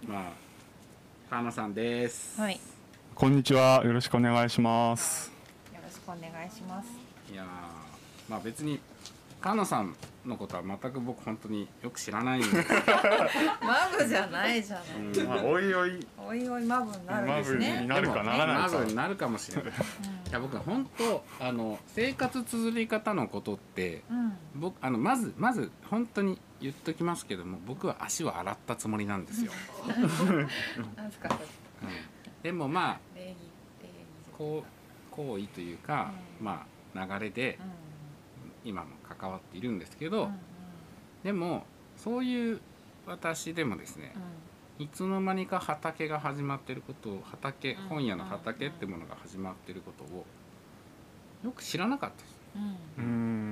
まあ川野さんです。 はい。 こんにちは。よろしくお願いします。 よろしくお願いします。 いやまあ別に川野さんのことは全く僕本当によく知らないんです。 マブじゃないじゃない。 うん、まあおいおいおいおいマブになるんですね。 マブになるかならないか。 マブになるかもしれない。うん、いや僕本当あの生活綴り方のことって、うん、僕あのまずまず本当に言っときますけども僕は足を洗ったつもりなんですよ。 なんすか。 うん、でもまあこう行為というか、うん、まあ流れで今も関わっているんですけど、うんうん、でもそういう私でもですね、うん、いつの間にか畑が始まっていることを畑、うん、本屋の畑ってものが始まっていることをよく知らなかったです。うん、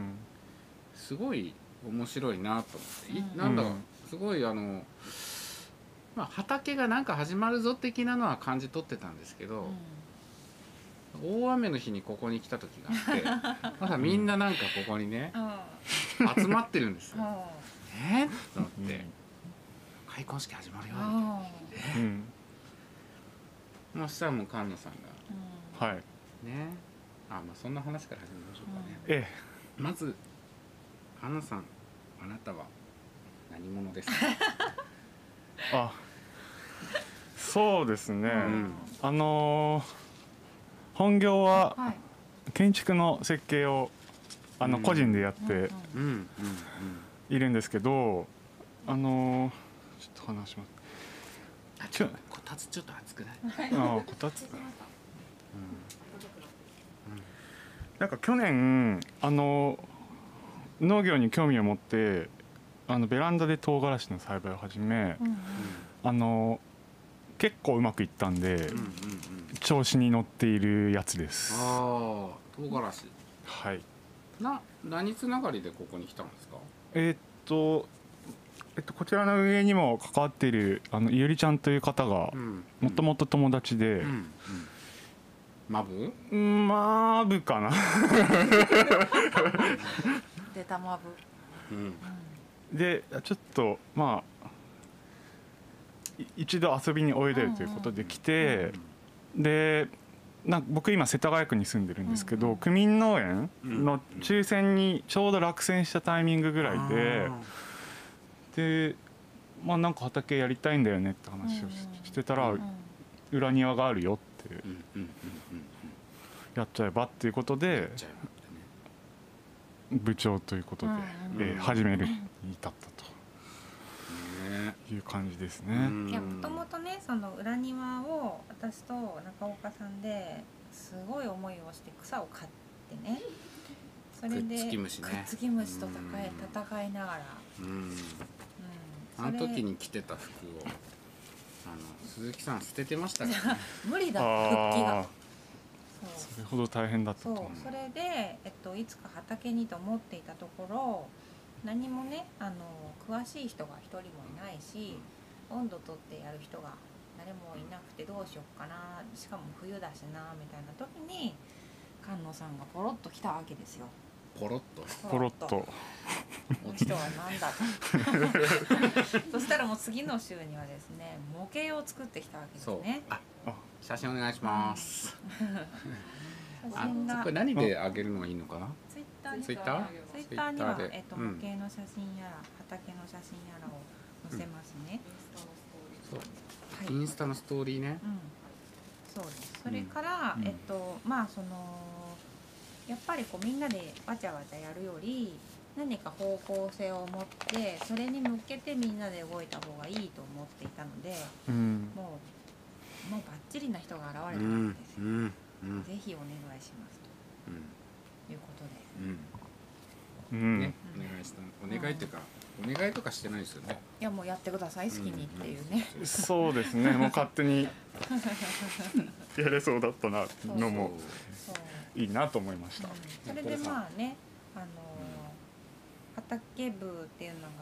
すごい面白いなと思って、うん、なんだろうすごいあのまあ、畑がなんか始まるぞ的なのは感じ取ってたんですけど、うん、大雨の日にここに来た時があってまだみんななんかここにね、うん、集まってるんですよ。えっと思って、うん、開墾式始まるよみたいな、うん、そしたらもう菅野さんが、 うん、はいねあまあそんな話から始めましょうかね、 うん、ええまず菅野さんあなたは何者ですか？ あそうですね、うん、あのー、本業は建築の設計をあの個人でやっているんですけど、あのー、ちょっと話します。 あちょこたつちょっと熱くない？ あこたつ、うん、なんか去年あの農業に興味を持ってあのベランダで唐辛子の栽培を始め、 うんうん、 あの結構うまくいったんで、うんうんうん、調子に乗っているやつです。 ああ、唐辛子。 はい。 な何つながりでここに来たんですか？ えー、っとえっとこちらの運営にも関わっているあのいゆりちゃんという方がもともと友達で、うんうんうん、 マブ？ マブかな。 出たマブ。うん、 でちょっとまあ一度遊びにおいでるということで来て、うんうん、でなんか僕今世田谷区に住んでるんですけど、うんうん、区民農園の抽選にちょうど落選したタイミングぐらいで、でまあなんか畑やりたいんだよねって話をしてたら、裏庭があるよってやっちゃえばっていうことで部長ということで、えー、始めるに至ったという感じですね。 いや、もともとね、その裏庭を私と中岡さんですごい思いをして草を刈ってね、それでくっつき虫ね、くっつき虫と戦い戦いながら、うん、うん、 あの時に着てた服をあの鈴木さん捨ててましたからね。 無理だ、復帰が。 そうそれほど大変だったと思う。 そう、それで、えっと、いつか畑にと思っていたところ、何もね、あの詳しい人が一人もいないし、温度取ってやる人が誰もいなくてどうしようかな、しかも冬だしなみたいな時に菅野さんがポロッと来たわけですよ。 ポロッとポロッとこの人は何だと。そしたらもう次の週にはですね、模型を作ってきたわけですね。 ああ、写真お願いします。 写真がこれ何であげるのがいいのかな？ ツイッターにツイッターツイッターには、えっと、模型の写真やら畑の写真やらを載せますね。 そう、はい、インスタのストーリーね。 うん、そうです。それから、うん、えっとまあそのやっぱりこうみんなでわちゃわちゃやるより何か方向性を持ってそれに向けてみんなで動いた方がいいと思っていたので、うん、もうもうバッチリな人が現れたわけですよ。うんうんうん、ぜひお願いしますと、うん、いうことで。 うんうんね、お願いしたお願いっていうか、うん、お願いとかしてないですよね。いやもうやってください好きにっていうね、 うんうん、そうですね、もう勝手にやれそうだったなのもいいなと思いました。 それでまあね、あのー、畑部っていうのが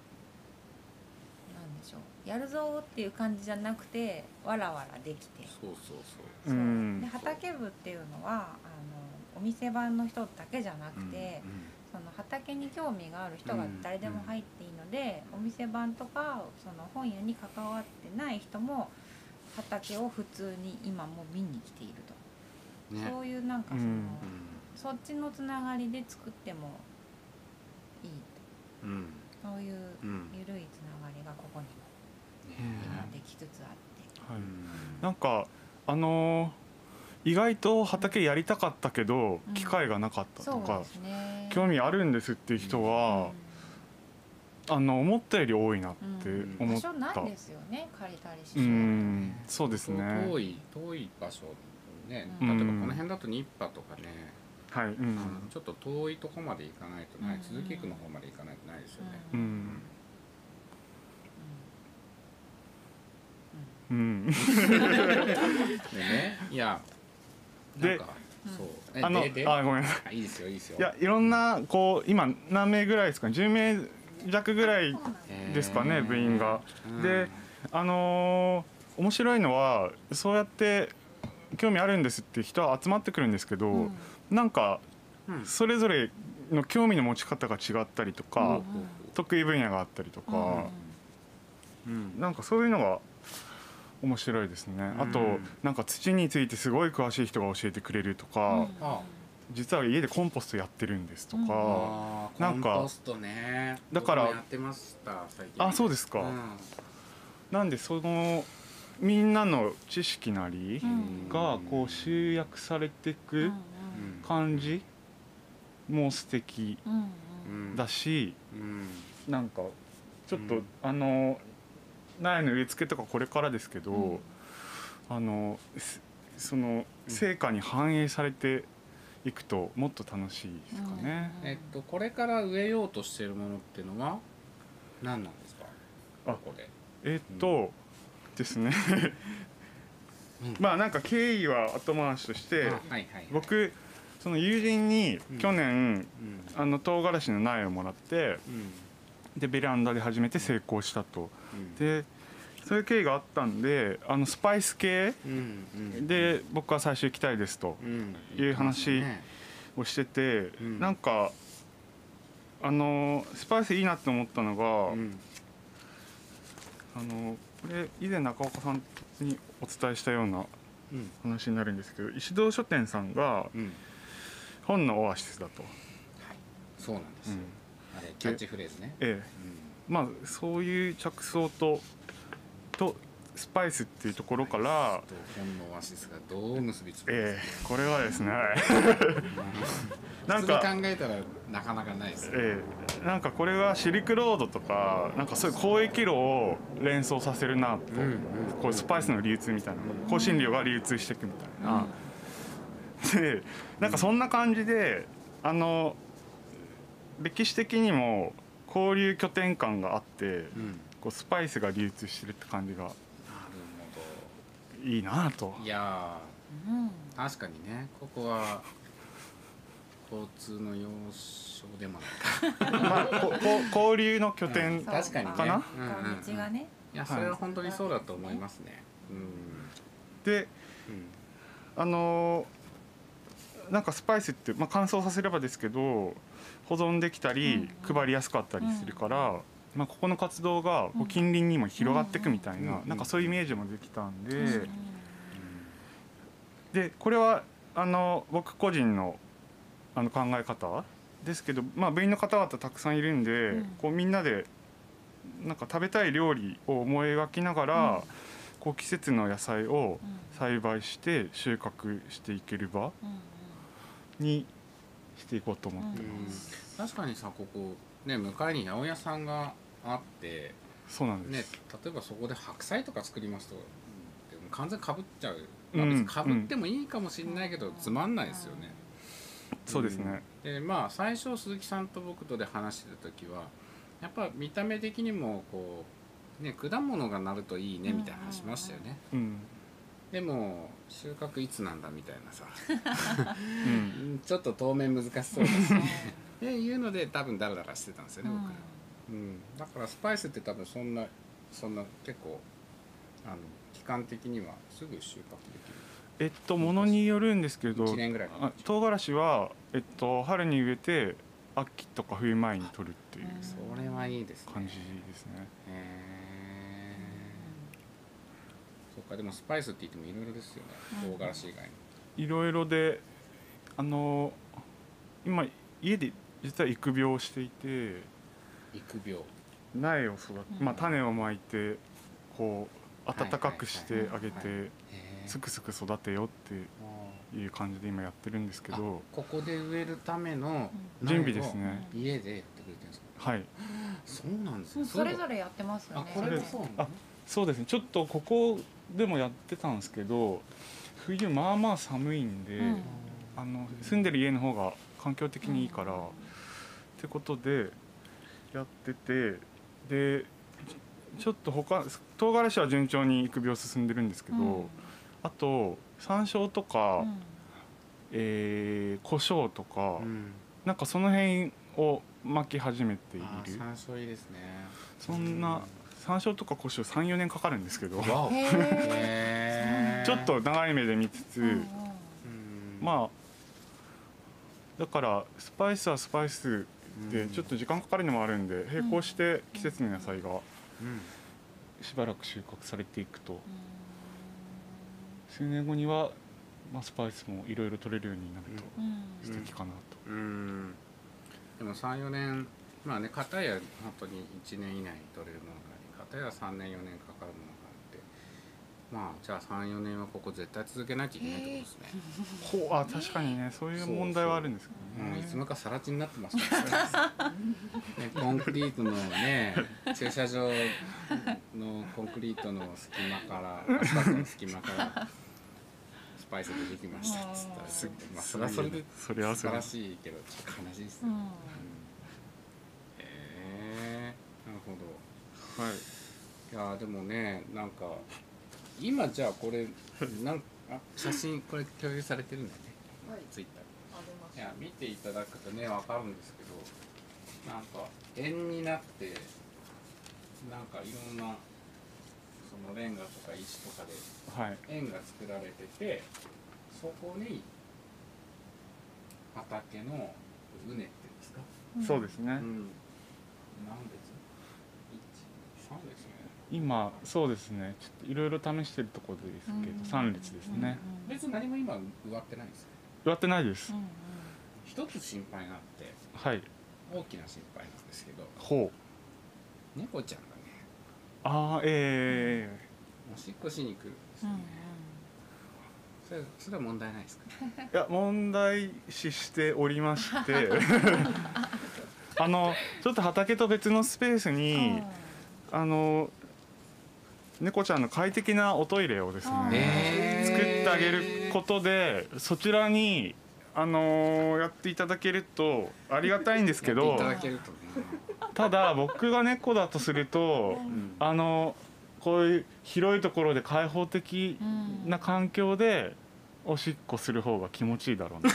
なんでしょう、やるぞっていう感じじゃなくてわらわらできて、 そうそうそう、 そう、うん、で畑部っていうのはあのお店番の人だけじゃなくて、うんうん、その畑に興味がある人が誰でも入っていいので、うんうん、お店番とかその本屋に関わってない人も畑を普通に今も見に来ていると、ね、そういうなんかその、うん、そっちのつながりで作ってもいいと、うん、そういう緩いつながりがここにも今できつつあって、 はい、なんかあのー意外と畑やりたかったけど、うん、機会がなかったとか、ね、興味あるんですっていう人は、うん、あの思ったより多いなって思った。 場所ないですよね、借りたりして、 うん、そうですね、 遠い遠い場所ね、例えばこの辺だとニッパとかね、 はい、うん、 ちょっと遠いとこまで行かないとない、鈴木区の方まで行かないとないですよね。うんうん、うん、 でね、いやで、 そうあのあごめんなさい、いいですよいいですよ。 いやいろんなこう今何名ぐらいですかね、じゅうめい弱ぐらいですかね、部員が。であのー、面白いのはそうやって興味あるんですって人は集まってくるんですけど、うん、なんかそれぞれの興味の持ち方が違ったりとか、うん、得意分野があったりとか、うん、なんかそういうのが面白いですね。あと、うん、なんか土についてすごい詳しい人が教えてくれるとか、うん、実は家でコンポストやってるんですとか、うん、なんかコンポストね、 だからやってました最近。 あ、そうですか、うん、なんでそのみんなの知識なりがこう集約されていく感じも素敵だし、なんかちょっと、うん、あの苗の植え付けとかこれからですけど、うん、あのその成果に反映されていくともっと楽しいですかね。 うん、えっとこれから植えようとしているものっていうのは、 何なんですかあここで。 えーっと、うん、ですねうん、 まあなんか経緯は後回しとして、はいはいはい、僕その友人に去年、うん、あの唐辛子の苗をもらって、うん、でベランダで始めて成功したと、うん、でそういう経緯があったんであのスパイス系で僕は最初行きたいですという話をしてて、うん、なんかあのスパイスいいなって思ったのが、うん、あのこれ以前中岡さんにお伝えしたような話になるんですけど、石堂書店さんが本のオアシスだと、はい、 そうなんですよ、うん、あれキャッチフレーズね、 ええ、うん、まあそういう着想ととスパイスっていうところから本のオアシスがどう結びつくんですか、ええ、これはですねなんか普通に考えたらなかなかないですね、 ええ、なんかこれはシルクロードとかなんかそういう交易路を連想させるなと、うんうん、こうスパイスの流通みたいな香辛料が流通していくみたいな、うん、でなんかそんな感じであの歴史的にも交流拠点感があって、うん、こうスパイスが流通してるって感じがいいなと。 いやー、うん、確かにねここは交通の要衝でもないかまあここ交流の拠点、うん、 確かにねかな、うんうん、道がね、 いやそれは本当にそうだと思いますね、うん、 で、うん、あのー、なんかスパイスって、まあ、乾燥させればですけど保存できたり、うん、配りやすかったりするから、うん、まあ、ここの活動がこう近隣にも広がっていくみたいな、うん、なんかそういうイメージもできたんで、うん、でこれはあの僕個人のあの考え方ですけど、まあ、部員の方々たくさんいるんで、うん、こうみんなでなんか食べたい料理を思い描きながら、うん、こう季節の野菜を栽培して収穫していける場にしていこうと思ってます、 うん、確かにさここ、ね、向かいに八百屋さんがあって、 そうなんです、 ね、例えばそこで白菜とか作りますと完全にかぶっちゃう、まあ、別にかぶってもいいかもしれないけど、うん、つまんないですよね。 そうですね、 うん、でまあ最初鈴木さんと僕とで話してた時はやっぱ見た目的にもこう、ね、果物がなるといいねみたいな話しましたよね、うん、でも収穫いつなんだみたいなさ、うん、ちょっと当面難しそうですねっていうので多分ダラダラしてたんですよね、僕ら、うん、だからスパイスって多分そんなそんな結構あの期間的にはすぐ収穫できる。 えっとものによるんですけど、 いちねんぐらいあ唐辛子は、えっと、春に植えて秋とか冬前に取るっていうそれはいいですね感じですね。 へえ。そうか、でもスパイスって言ってもいろいろですよね、唐辛子以外に。 いろいろで、あの今家で実は育苗をしていて、 育苗苗を育て、まあ、種をまいてこう暖かくしてあげてすくすく育てよっていう感じで今やってるんですけど、 ここで植えるための準備ですね。 家でやってくれてるんですか。 はい、 そうなんですね。 それぞれやってますよね。 あ、これもそうなんだね。 あ、そうですね。ちょっとここでもやってたんですけど、冬まあまあ寒いんで、うん、あの住んでる家の方が環境的にいいから、うん、ってことでやってて、でちょっと他唐辛子は順調に育苗進んでるんですけど、うん、あと山椒とか、うん、えー、胡椒とか、うん、なんかその辺を巻き始めている。 山椒いいですね。 そんな、うん、山椒とか胡椒 さん,よ 年かかるんですけどちょっと長い目で見つつ、うん、まあだからスパイスはスパイスでちょっと時間かかるのもあるんで、並行して季節の野菜がしばらく収穫されていくと、数年後には、まあ、スパイスもいろいろ取れるようになると素敵かなと。 うんうん、でも さん,よ 年、まあね、片や本当にいちねん以内に取れるものがあり、片やさんねんよねんかかるものがあって、まあじゃあ さん,よ 年はここ絶対続けないといけないってことですね。 ほう、あ、確かにね、そういう問題はあるんですけどね。 もういつもかさら地になってますからね。コンクリートのね、駐車場のコンクリートの隙間からアスファルトの隙間からスパイスでできましたっつったら、まあそれはそれで素晴らしいけどちょっと悲しいですね。うん、へえ、なんかほど。はい。いやでもね、なんか今じゃあこれなんあ写真これ共有されてるんだよね。はい、ツイッター。いや見ていただくとねわかるんですけど、なんか円になってなんかいろんなそのレンガとか石とかで円が作られてて、そこに畑の畝っていうんですか。 そうですね。うん、 何列？一、三ですね。 今そうですね。ちょっといろいろ試してるところですけど、三列ですね。 別に何も今植わってないんですか？ 植わってないです。 一つ心配があって、 はい。 大きな心配なんですけど。 ほう。猫ちゃんがね。 ああ、ええー。おしっこしに来るんですよね。それそれは問題ないですか？ いや問題視しておりましてあのちょっと畑と別のスペースにあの猫ちゃんの快適なおトイレをですね作ってあげることでそちらにあのやっていただけるとありがたいんですけど、ただ僕が猫だとすると、あのこういう広いところで開放的な環境でおしっこする方が気持ちいいだろうな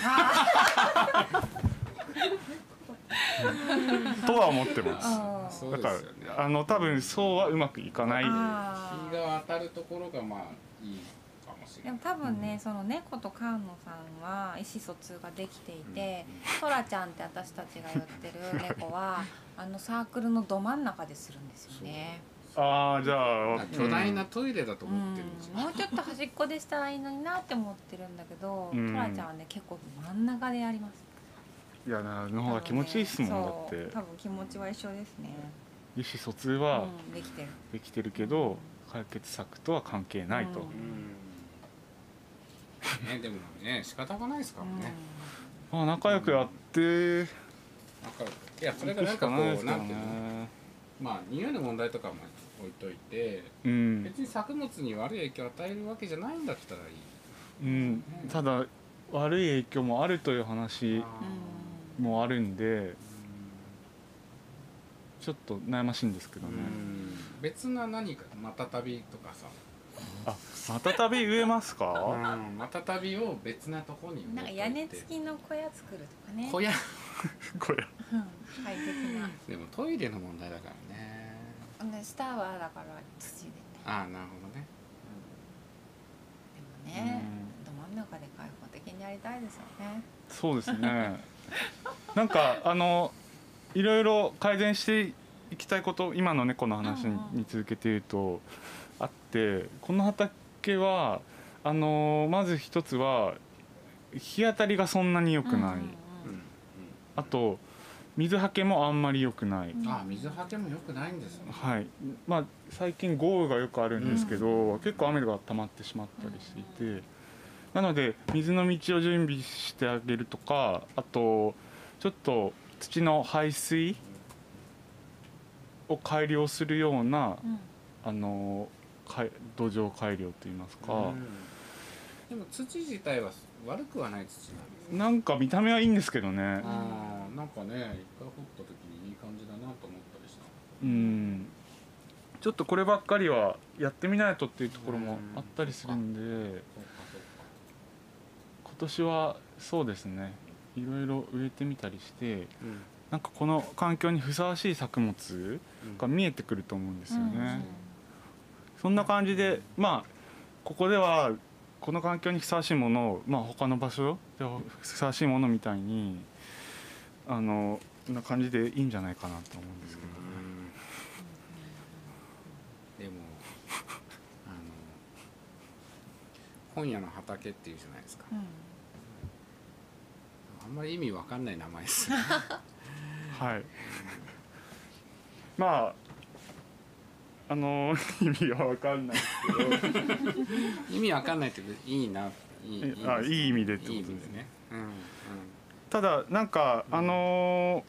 とは思ってます。だからあの多分そうはうまくいかない。日が当たるところがまあいいかもしれない。 でも多分ね、その猫と菅野さんは意思疎通ができていて、トラちゃんって私たちが言ってる猫はあのサークルのど真ん中でするんですよね。 ああ、じゃあ巨大なトイレだと思ってるんですよ、 うん、もうちょっと端っこでしたらいいのになって思ってるんだけど、うん、トラちゃんはね結構真ん中でやります。 いやなの方が気持ちいいですもん、ね、だって多分気持ちは一緒ですね。 意思疎通はできてる、 できてるけど、うん、解決策とは関係ないと、うんうんね、でもね仕方がないですからね、 うん、まあ仲良くやって、うん、 仲良くいやそれがなんかこうなんていうのまあ匂いの問題とかも置いといて、うん、別に作物に悪い影響を与えるわけじゃないんだったらいい、 うんね、ただ悪い影響もあるという話もあるんで、うん、ちょっと悩ましいんですけどね、うん、 別な何かまたたびとかさあ、またたび植えますか、 うん、またたびを別なとこに植えといてなんか屋根付きの小屋作るとかね小屋小屋快適なでもトイレの問題だからね下はだから土でねああなるほどね、 うん、でもね、うん、ど真ん中で開放的にやりたいですよね。 そうですねなんかあのいろいろ改善していきたいこと今の猫の話に続けて言うとあってこの畑はあのまず一つは日当たりがそんなに良くない、うんうんうん、あと水はけもあんまり良くない、 うん、あ水はけも良くないんですね。 はい、まあ最近豪雨がよくあるんですけど、うん、結構雨が溜まってしまったりしていて、うん、なので水の道を準備してあげるとかあとちょっと土の排水を改良するような、うん、あの土壌改良といいますか、うん、 でも土自体は悪くはない土なんですね。 なんか見た目はいいんですけどね、 あなんかね一回掘った時にいい感じだなと思ったりした。 うんちょっとこればっかりはやってみないとっていうところもあったりするんで、うん今年はそうですねいろいろ植えてみたりして、うん、なんかこの環境にふさわしい作物が見えてくると思うんですよね、うんうん、そんな感じでまあここではこの環境にふさわしいものを、まあ、他の場所でふさわしいものみたいにあのこんな感じでいいんじゃないかなと思うんですけどね。 でもあの本屋の畑っていうじゃないですか、うん、あんまり意味わかんない名前ですねはいまああの意味はわかんないですけど意味わかんないっていいないいいいあいい意味でってことですね、 うんうん、 ただなんか、うん、あの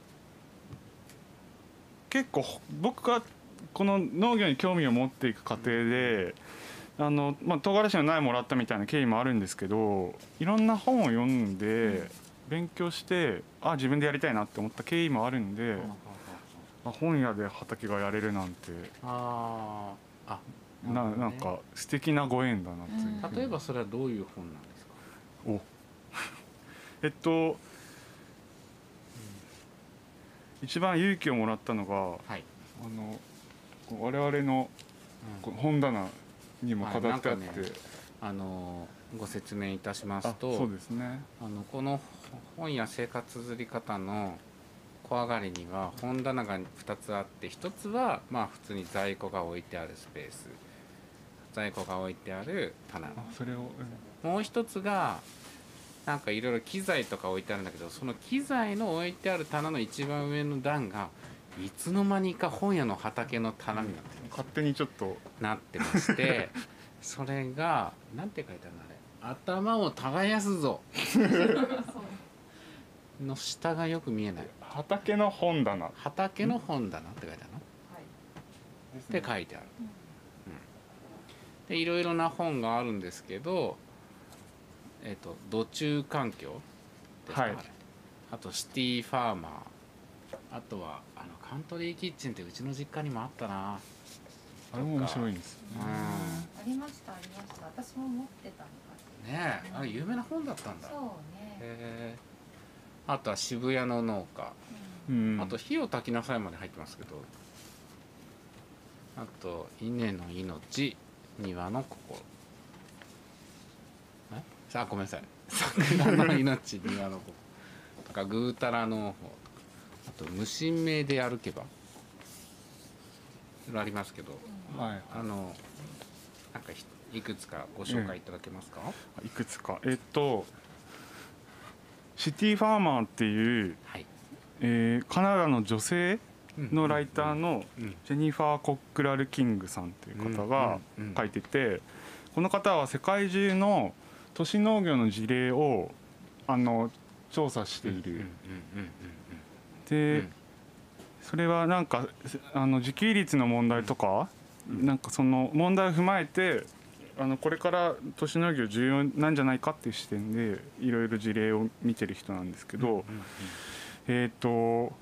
ー、結構僕がこの農業に興味を持っていく過程で、うん、あのまあ唐辛子の苗もらったみたいな経緯もあるんですけどいろんな本を読んで勉強してあ自分でやりたいなって思った経緯もあるんで、 あ、本屋で畑がやれるなんてああ、あ、 な、 るほどねなんか素敵なご縁だなっていうふうに。 例えばそれはどういう本なんですか？ おえっと一番勇気をもらったのが、 はい、 あの我々のうん本棚にも飾ってあって、 はい、なんかね、あのご説明いたしますと、 そうですね、 あのこの本や生活綴り方の小上がりには本棚がふたつあって、ひとつはまあ普通に在庫が置いてあるスペース、在庫が置いてある棚、 あそれを、 うん、もう一つがなんかいろいろ機材とか置いてあるんだけど、その機材の置いてある棚の一番上の段がいつの間にか本屋の畑の棚になってる、 勝手にちょっとなってましてそれがなんて書いてあるの、あれ、頭を耕すぞの下がよく見えない、 畑の本棚畑の本棚って書いてあるの、って書いてある、うん、でいろいろな本があるんですけど、えっと土中環境ですか、はい、あとシティファーマー、あとはあのカントリーキッチンってうちの実家にもあったな、 あれも面白いんですよね、 うん、ありましたありました、私も持ってたのかねえ、あれ有名な本だったんだ。 そうね。 へー、あとは渋谷の農家、うん、あと火を焚きなさいまで入ってますけど、あと稲の命、庭の心、えさあごめんなさい、桜の命、庭の心とか、ぐうたら農法とか、あと無神明で歩けば、いろいろありますけど、 はい、 あのなんかいくつかご紹介いただけますか？ うん、いくつか、えっとシティファーマーっていう、はい、えー、カナダの女性のライターのジェニファー・コックラル・キングさんっていう方が書いてて、この方は世界中の都市農業の事例をあの調査している。でそれはなんかあの自給率の問題とか、なんかその問題を踏まえて、あのこれから都市農業重要なんじゃないかっていう視点でいろいろ事例を見てる人なんですけど、えっと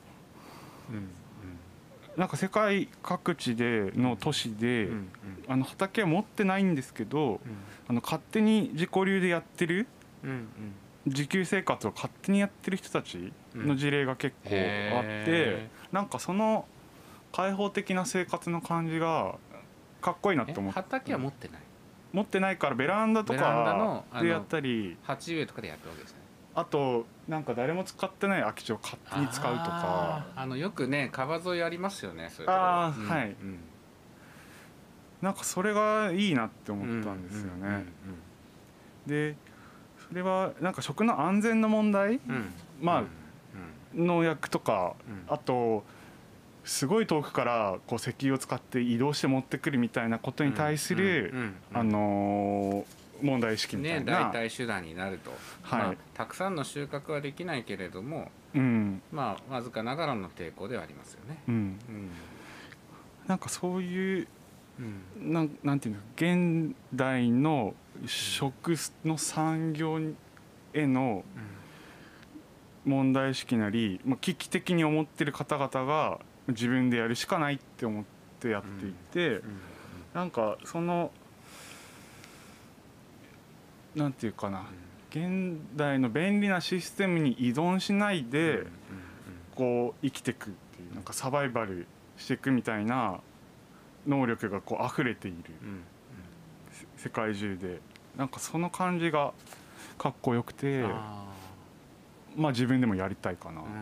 なんか世界各地での都市であの畑は持ってないんですけど、あの勝手に自己流でやってる、自給生活を勝手にやってる人たちの事例が結構あって、なんかその開放的な生活の感じがかっこいいなって思って。 畑は持ってない、 持ってないからベランダとかでやったり、 鉢植えとかでやったわけですね。 あとなんか誰も使ってない空き地を勝手に使うとか、 あのよくね川沿いありますよね、そういうところ。 ああ、はい、うん、なんかそれがいいなって思ったんですよね。でそれはなんか食の安全の問題、うん、まあ、うん、農薬とか、うん、あとすごい遠くからこう石油を使って移動して持ってくるみたいなことに対するあの問題意識みたいな、 ね、代替手段になると、はい、まあ、たくさんの収穫はできないけれども、 うん、 まあわずかながらの抵抗ではありますよね。 うんうん、なんかそういう、うん、なんなんていうの、現代の食の産業への問題意識なり、まあ、危機的に思ってる方々が自分でやるしかないって思ってやっていて、うんうん、なんかそのなんていうかな、現代の便利なシステムに依存しないでこう生きていくっていう、なんかサバイバルしていくみたいな能力がこう溢れている、世界中で、なんかその感じがかっこよくて、まあ自分でもやりたいかなっていう。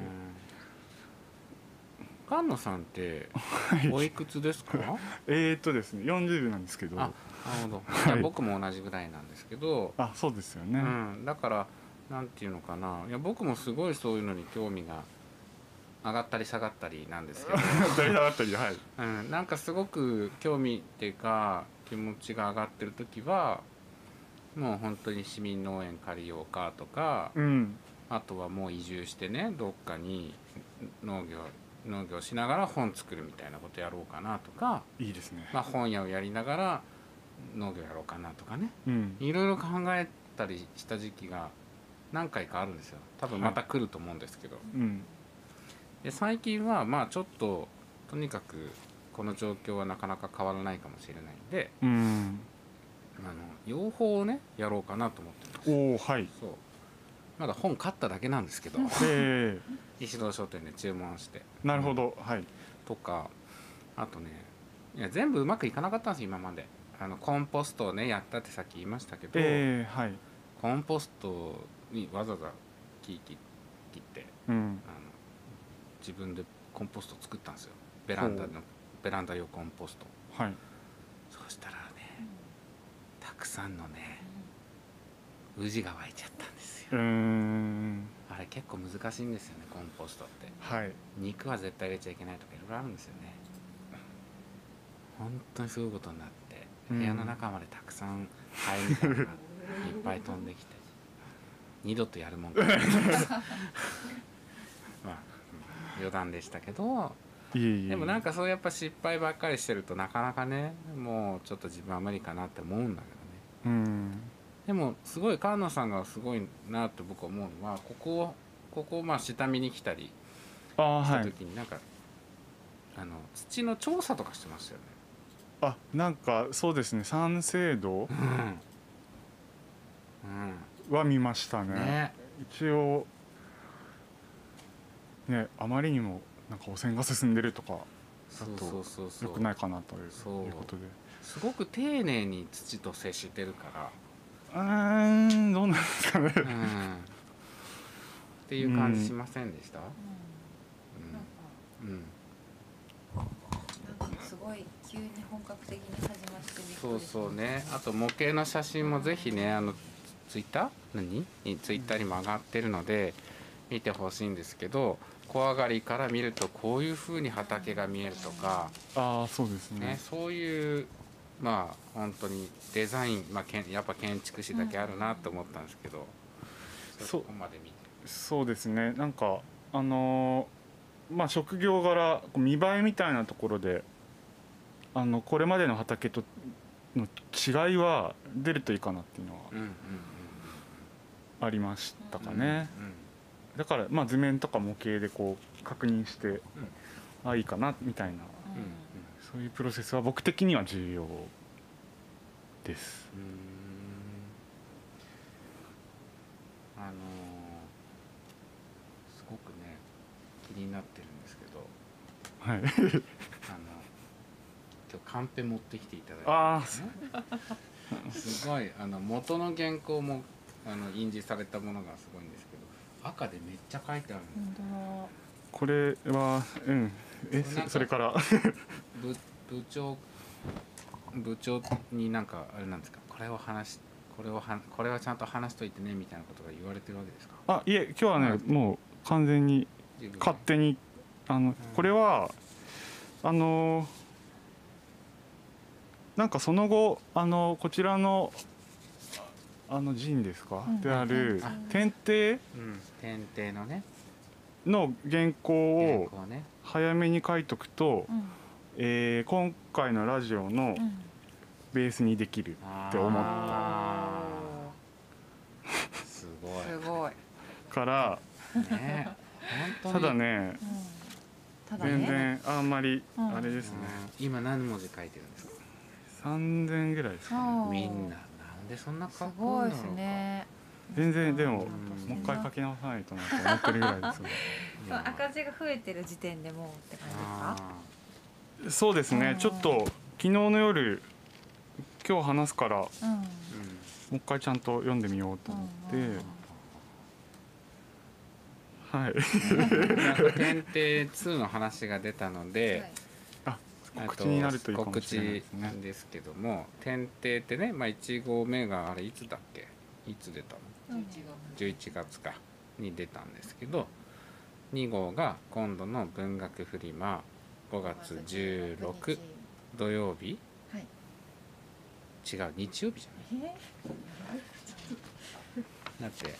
菅野さんっておいくつですか？ えっとですね、よんじゅうなんですけど。 あ、なるほど。じゃあ僕も同じぐらいなんですけど。 あ、そうですよね。 うん、だからなんていうのかな、いや僕もすごいそういうのに興味が上がったり下がったりなんですけど。 上がったり下がったり、はい。 うん、なんかすごく興味っていうか気持ちが上がってる時は、もう本当に市民農園借りようかとか、うん、あとはもう移住してね、どっかに農業農業しながら本作るみたいなことやろうかなとか、 いいですね、 まあ、本屋をやりながら農業やろうかなとかね、うん、いろいろ考えたりした時期が何回かあるんですよ。多分また来ると思うんですけど、はい、 で最近はまあちょっととにかくこの状況はなかなか変わらないかもしれないんで、 うん、 あの養蜂をねやろうかなと思ってます。 おお、はい。 そうまだ本買っただけなんですけど、 えー、石堂書店で注文して。 なるほど、はい。 とかあとね、いや全部うまくいかなかったんです今まで。あのコンポストをねやったってさっき言いましたけど、 えーはい、 コンポストにわざわざ木切って、 うん、 あの自分でコンポスト作ったんですよ。ベランダのベランダ用コンポスト。 はい。 そしたらね、たくさんのねウジが湧いちゃったんですよ。 うーん、 あれ結構難しいんですよねコンポストって。 はい。 肉は絶対入れちゃいけないとかいろいろあるんですよね。本当にすごいことになって、部屋の中までたくさんハエみたいなのがいっぱい飛んできて二度とやるもんかまあ余談でしたけど、 いえいえ、 でもなんかそうやっぱ失敗ばっかりしてるとなかなかねもうちょっと自分は無理かなって思うんだけどね。うんでもすごい菅野さんがすごいなって僕は思うのは、ここをここをまあ下見に来たりした時になんか、はい、あの土の調査とかしてましたよね。 あ、なんかそうですね、酸性度は見ましたね。うんうん、ね一応ね、あまりにもなんか汚染が進んでるとかだと良くないかなということで、 すごく丁寧に土と接してるから、 うーんどうなんですかね、うん、 っていう感じしませんでした？うん、うんうんすごい急に本格的に始まってびっくりしました。 そうそうね。あと模型の写真もぜひね、あのツイッター何にツイッターにも上がってるので見てほしいんですけど、小上がりから見るとこういう風に畑が見えるとか、 ああそうですね。 ね、そういうまあ本当にデザイン、まあけんやっぱ建築士だけあるなと思ったんですけど、うん、そこまで見て。 そうですね。なんかあのー、まあ職業柄見栄えみたいなところで。あのこれまでの畑との違いは出るといいかなっていうのはありましたかね。だからまあ図面とか模型でこう確認して、うん、あいいかなみたいな、うん、そういうプロセスは僕的には重要です。うーんあのー、すごくね気になってるんですけど、 はいあの今日カンペ持ってきていただいて、ね、あすごいあの元の原稿もあの印字されたものがすごいんですけど、赤でめっちゃ書いてあるんです。 これはうんえそれから部部長部長になんかあれなんですか、これを話これをはこれはちゃんと話しといてねみたいなことが言われてるわけですか？ あいえ今日はね、はい、もう完全に勝手にあの、うん、これはあのなんかその後あのこちらのあの寺院ですか、うん、である天帝、 うん、天帝のねの原稿を早めに書いとくと、うんえー、今回のラジオのベースにできるって思った、 うん、すごいすごいから、 ね、 ただね、うん、全然あんまりあれですね、 うん、今何文字書いてるんですか？ さんぜんぐらいですかね。 みんななんでそんなかっこいいの？すごいですね。 全然でももう一回書き直さないとなと思ってるぐらいです赤字が増えてる時点でもうって感じですか？ そうですね、ちょっと昨日の夜今日話すから、うん、もう一回ちゃんと読んでみようと思って、うんうんはい、 なんか検定ツーの話が出たので、 はい、あ告知になるといいかもしれないですね。 告知ですけども、検定ってね、まあ、いち号目があれいつだっけ、いつ出たの？じゅういちがつかに出たんですけど、に号が今度の文学フリマごがつじゅうろく土曜日、はい、違う日曜日じゃない、だって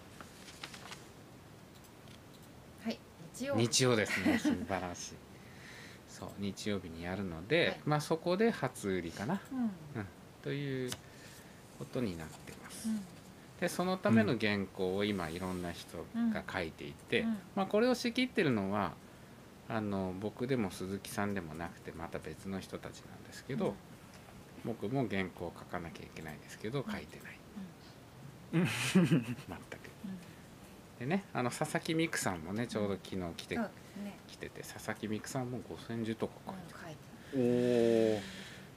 はい日曜日曜ですね素晴らしいそう日曜日にやるので、はい、まあそこで初売りかな、うんうん、ということになってます、うんでそのための原稿を今いろんな人が書いていて、うんまあ、これを仕切ってるのはあの僕でも鈴木さんでもなくてまた別の人たちなんですけど、うん、僕も原稿を書かなきゃいけないですけど書いてない、うん、全く、うん、でね、あの佐々木美久さんもねちょうど昨日来て、うんね、来てて佐々木美久さんもごせんじとか書いてる、うん、おお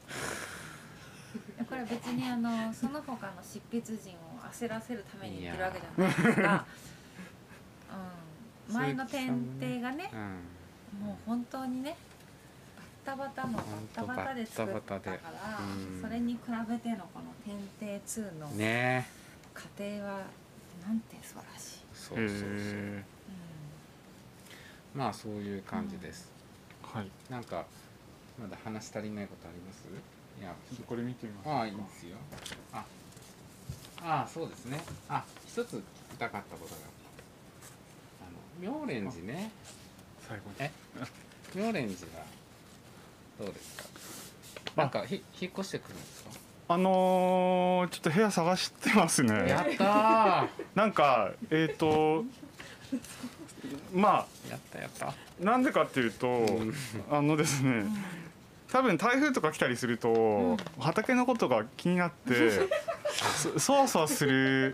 これ別にあのその他の執筆陣を焦らせるために言ってるわけじゃないですが、うん、前の点定がね、うん、もう本当にねバッタバタのバッタバタで作ったから、うん、それに比べてのこの点定ツーの過程はなんて素晴らしい。 そうそうそう、うん、まあそういう感じです、 うん、はい。 なんかまだ話足りないことあります？いやこれ見てみます。 ああいいですよ。ああそうですね。あ一つ聞きたかったことがあの妙蓮寺ね。 最後にえ妙蓮寺はどうですか？なんかひ引っ越してくるんですか？ あのー、ちょっと部屋探してますね。 やったー。 なんかえっ、ー、とまあやったやった。 なんでかっていうと、うん、あのですね。多分台風とか来たりすると、うん、畑のことが気になってそ, そわそわする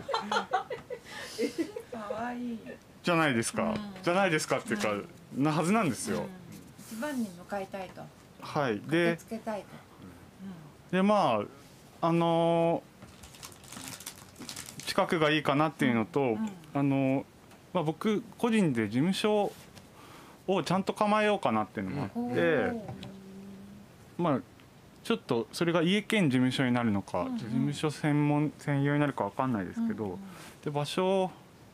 じゃないですか、うん、じゃないですかっていうか、うん、なはずなんですよ、うん、 一番に向かいたいと、 はい、で駆けつけたいと、 うん、でまああのー、近くがいいかなっていうのと、うん、あのーまあ、僕個人で事務所をちゃんと構えようかなっていうのもあって、うんまあ、ちょっとそれが家兼事務所になるのか、うんうん、事務所専門専用になるか分かんないですけど、うんうん、で場所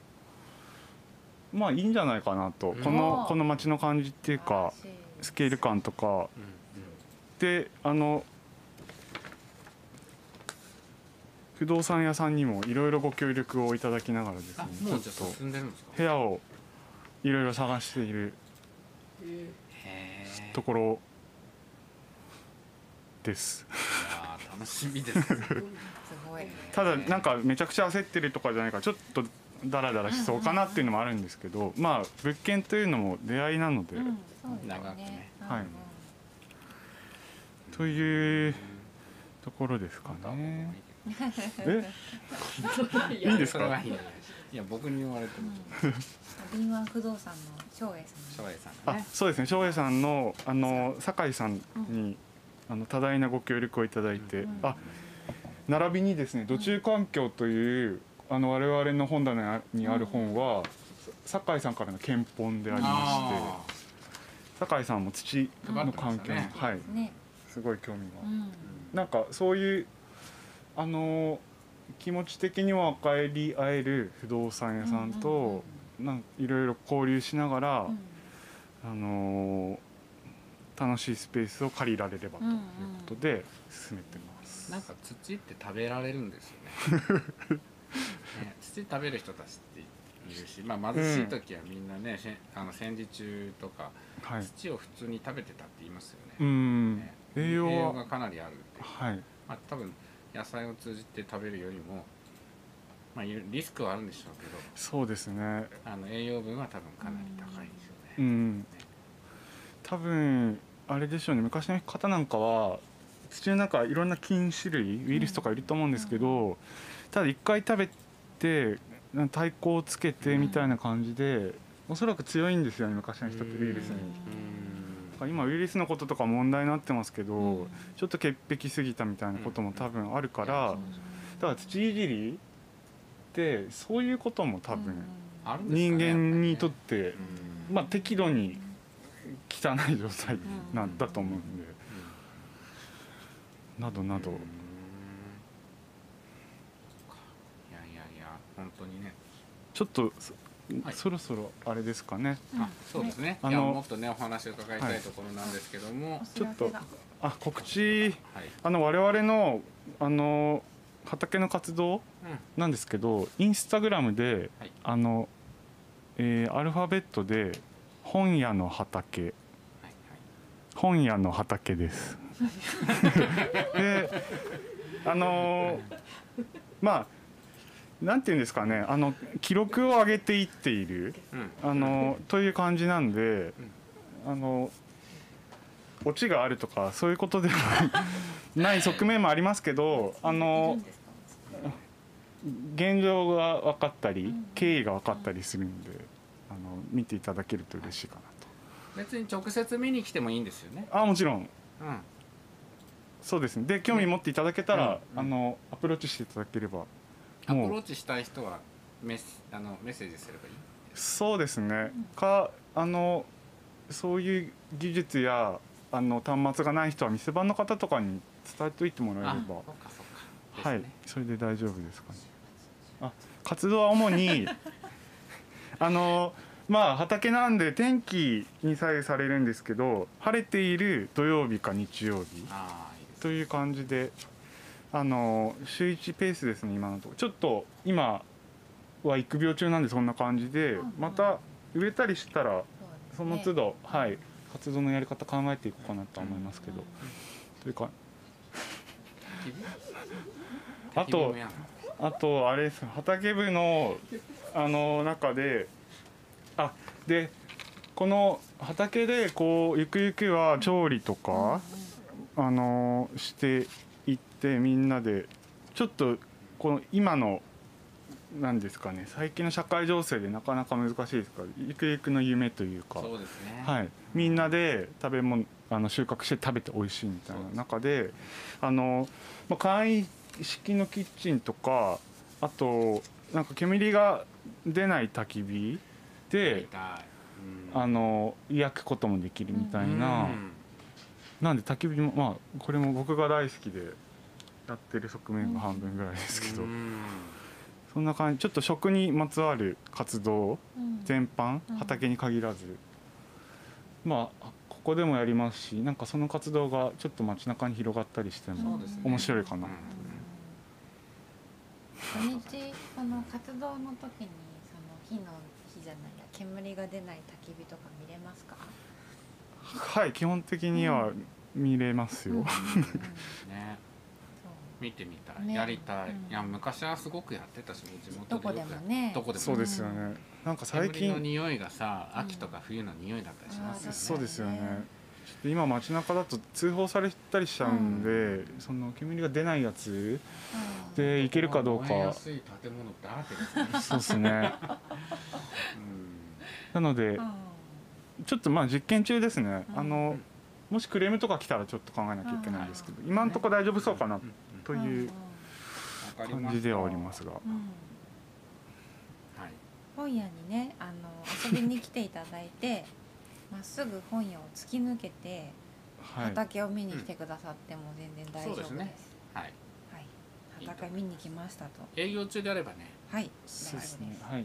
まあいいんじゃないかなと、うん、このこの街の感じっていうかスケール感とか、うんうん、であの不動産屋さんにもいろいろご協力をいただきながらですね、ちょっと部屋をいろいろ探しているところです。 いや楽しみです。すごい。 ただなんかめちゃくちゃ焦ってるとかじゃないからちょっとダラダラしそうかなっていうのもあるんですけど、まあ物件というのも出会いなので、うん、 長くね、 はい、というところですかね。えいいんですか？ いや僕に言われても。 敏腕不動産の翔英さん。 翔英さんね。 あそうですね。翔英さんのあの酒井さんにあの多大なご協力をいただいて、うん、あ並びにですね土中環境というあの我々の本棚にある本は、うん、酒井さんからの献本でありまして、酒井さんも土の環境に、ね、はい、ね、すごい興味が、うん、なんかそういうあの気持ち的には分かり合える不動産屋さんと、うんうんうん、なんかいろいろ交流しながら、うん、あの楽しいスペースを借りられればということで進めてます。 なんか土って食べられるんですよね。ね、土食べる人たちっているし、まあ、貧しい時はみんなね、うん、あの戦時中とか、はい、土を普通に食べてたって言いますよね。 うん、 ね、 栄養は栄養がかなりあるって、 はい、 まあ、多分野菜を通じて食べるよりも、まあ、リスクはあるんでしょうけど、 そうですね、 あの栄養分は多分かなり高いですよね。 うん、ね、多分あれでしょうね、昔の方なんかは土の中いろんな菌種類ウイルスとかいると思うんですけど、うん、ただ一回食べて対抗をつけてみたいな感じで、うん、おそらく強いんですよね昔の人ってウイルスに。うん、今ウイルスのこととか問題になってますけど、うん、ちょっと潔癖すぎたみたいなことも多分あるから、うん、だから土いじりってそういうことも多分人間にとって、まあ適度に汚い状態なんだと思うんで、などなど。いやいやいや本当にね。 ちょっと そ,、はい、そろそろあれですかね。 あ、そうですね。あのいやもっとねお話を伺いたいところなんですけども、はい、 ちょっとあ告知、はい、あの我々のあの畑の活動なんですけど、うん、インスタグラムで、はい、あの、えー、アルファベットで本屋の畑、はいはい、本屋の畑です。で、あのー、まあなんていうんですかね、あの記録を上げていっている、うん、あのという感じなんで、 あのオチがあるとかそういうことではない側面もありますけど、あの現状が分かったり経緯が分かったりするんで、あの見ていただけると嬉しいかなと。 別に直接見に来てもいいんですよね。 あ、もちろん、うん、そうですね。で興味持っていただけたら、うん、あのアプローチしていただければ。 アプローチしたい人はメッあのメッセージすればいい。 そうですね。かあのそういう技術やあの端末がない人は店番の方とかに伝えておいてもらえれば、 そうかそうか、 はい、それで大丈夫ですかね。あ、活動は主にあのまあ畑なんで天気に左右されるんですけど、晴れている土曜日か日曜日という感じで、あの週いちペースですね今のところ。ちょっと今は育苗中なんでそんな感じで、また植えたりしたらその都度、はい、活動のやり方考えていこうかなと思いますけど、というかあとあとあれです、畑部のあの中で、あでこの畑でこうゆくゆくは調理とかあのしていって、みんなでちょっとこの今のなんですかね、最近の社会情勢でなかなか難しいですから、ゆくゆくの夢というか、 そうですね、 はい、みんなで食べ物あの収穫して食べて美味しいみたいな中で、あの、まあ、簡易式のキッチンとか、あとなんか煙が出ない焚き火で、うん、あの焼くこともできるみたいな、うん、なんで焚き火もまあこれも僕が大好きでやってる側面が半分ぐらいですけど。うん、そんな感じ、ちょっと食にまつわる活動全般、うん、畑に限らず、まあここでもやりますし、なんかその活動がちょっと街中に広がったりしても面白いかなと。 土日その活動の時にその火の火じゃないや煙が出ない焚き火とか見れますか？ はい、基本的には見れますよ。 ね、見てみたい、ね、やりたい、うん、いや昔はすごくやってたし、地元でよくやどこでもね、 どこでもそうですよね。なんか最近煙の匂いがさ、秋とか冬の匂いだったりしますよね。 そうですよね。ちょっと今街中だと通報されたりしちゃうんで、うん、その煙が出ないやつでいけるかどうか。 燃えやすい建物ってあってですね。 そうですね。うん、なのでちょっとまあ実験中ですね。あのもしクレームとか来たらちょっと考えなきゃいけないんですけど、今のところ大丈夫そうかなという感じではありますが、うん、 はい、本屋にね、あの遊びに来ていただいてまっすぐ本屋を突き抜けて畑を見に来てくださっても全然大丈夫です。そうですね。はい、はい、畑見に来ましたと。 営業中であればね。 はい、 そうですね。はい。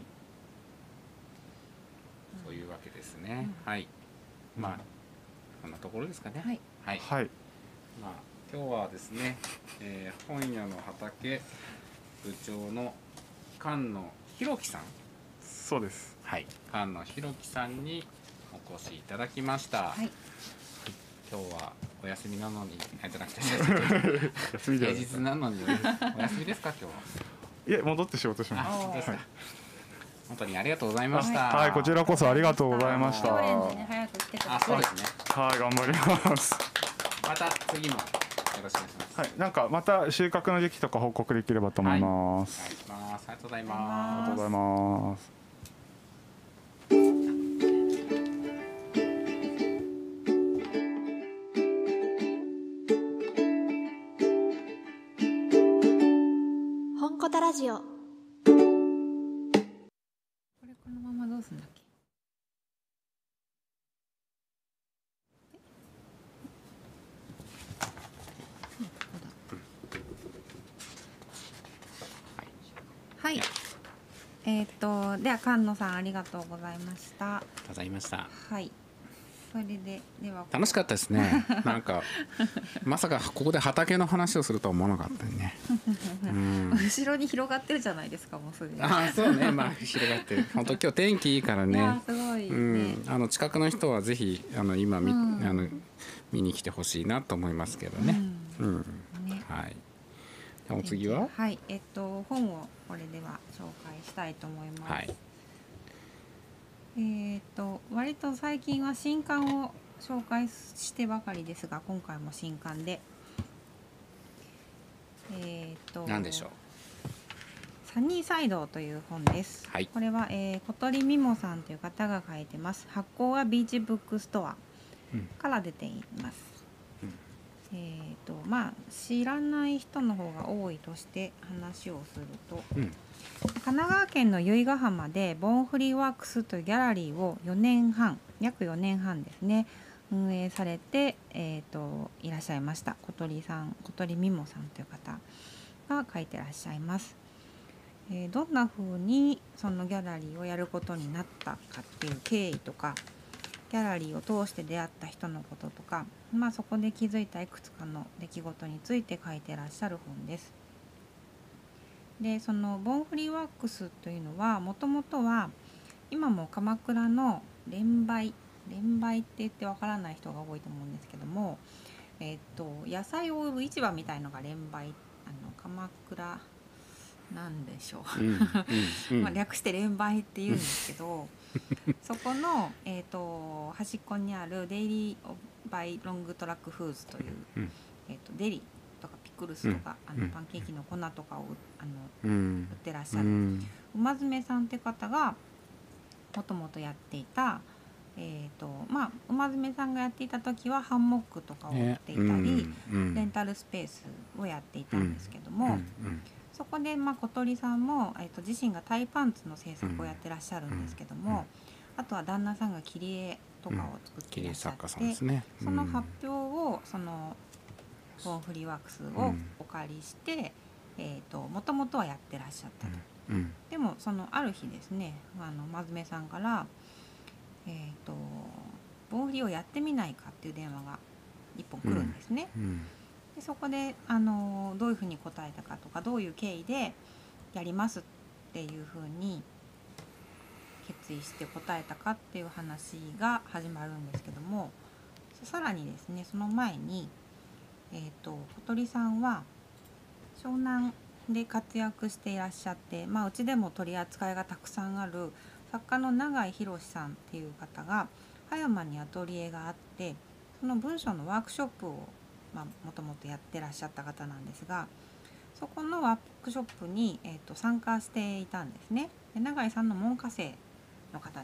そういうわけですね。うん、はい。まあこんなところですかね。 はい。 はい。はい、 まあ今日はですね、えー、本屋の畑部長の菅野博樹さん。 そうです。 はい。菅野博樹さんにお越しいただきました。はい。今日はお休みなのに、あ、じゃなくて休みでは平日なのにお休みですか今日は。 いえ、戻って仕事します。 あ、そうですか。本当にありがとうございました。 はい、こちらこそありがとうございました。 あ、そうですね。 はい、頑張ります。 また次もよろしくお願いします。 はい、なんかまた収穫の時期とか報告できればと思います。 はい、お願いします。ありがとうございます。ありがとうございます。 本コタラジオ。 どうすんだっけ。はい。えっとでは菅野さんありがとうございました。 ありがとうございました。 はい。それででは楽しかったですね。なんかまさかここで畑の話をするとは思わなかったね。 うん、後ろに広がってるじゃないですか、もうすでに。 あ、そうね、まあ広がってる。本当今日天気いいからね。いやすごい、ね、 うん、あの近くの人はぜひあの今見、うん、あの見に来てほしいなと思いますけどね。うん、うん、ね、はい。じゃお次は？ はい、えっと本をこれでは紹介したいと思います。はい。 ー、と割と最近は新刊を紹介してばかりですが、今回も新刊で、えー、と何でしょう。 サニーサイドという本です、 はい、 これは、えー、小鳥みもさんという方が書いてます。発行はビーチブックストアから出ています、うん、えー、とまあ知らない人の方が多いとして話をすると、うん、神奈川県の由比ヶ浜でボーンフリーワークスというギャラリーをよねんはん、約よねんはんですね、運営されて、えー、といらっしゃいました小鳥さん、小鳥みもさんという方が書いてらっしゃいます。えー、どんな風にそのギャラリーをやることになったかっていう経緯とか、ギャラリーを通して出会った人のこととか、まあ、そこで気づいたいくつかの出来事について書いてらっしゃる本です。でそのボーンフリーワークスというのはもともとは今も鎌倉の連売連売って言ってわからない人が多いと思うんですけども、えー、と野菜を売る市場みたいのが連売、あの鎌倉なんでしょう、うんうん、まあ略して連売って言うんですけどそこの、えー、と端っこにあるデイリーバイロングトラックフーズという、うん、えー、とデリとかピクルスとか、うん、あのパンケーキの粉とかをあの、うん、売ってらっしゃる、うん、馬詰さんって方がもともとやっていた、えーとまあ、馬詰さんがやっていた時はハンモックとかを売っていたり、ね、うん、レンタルスペースをやっていたんですけども、うんうんうん、そこで、まあ、小鳥さんも、えーと、自身がタイパンツの制作をやってらっしゃるんですけども、うんうん、あとは旦那さんが切り絵とかを作っていらっしゃって、うん、ね、うん、その発表をそのボーンフリーワークスをお借りして、うん、えーと、もともとはやってらっしゃったと、うんうん、でもそのある日ですね、あのまずめさんから、えーと、ボーンフリーをやってみないかっていう電話が一本来るんですね、うんうん、でそこであのどういうふうに答えたかとか、どういう経緯でやりますっていうふうに決意して答えたかっていう話が始まるんですけども、さらにですね、その前に、えーと、小鳥さんは湘南で活躍していらっしゃって、まあ、うちでも取り扱いがたくさんある作家の永井博さんっていう方が葉山にアトリエがあって、その文章のワークショップをまあ、もともとやってらっしゃった方なんですが、そこのワークショップに、えー、と参加していたんですね。で永井さんの門下生の方です。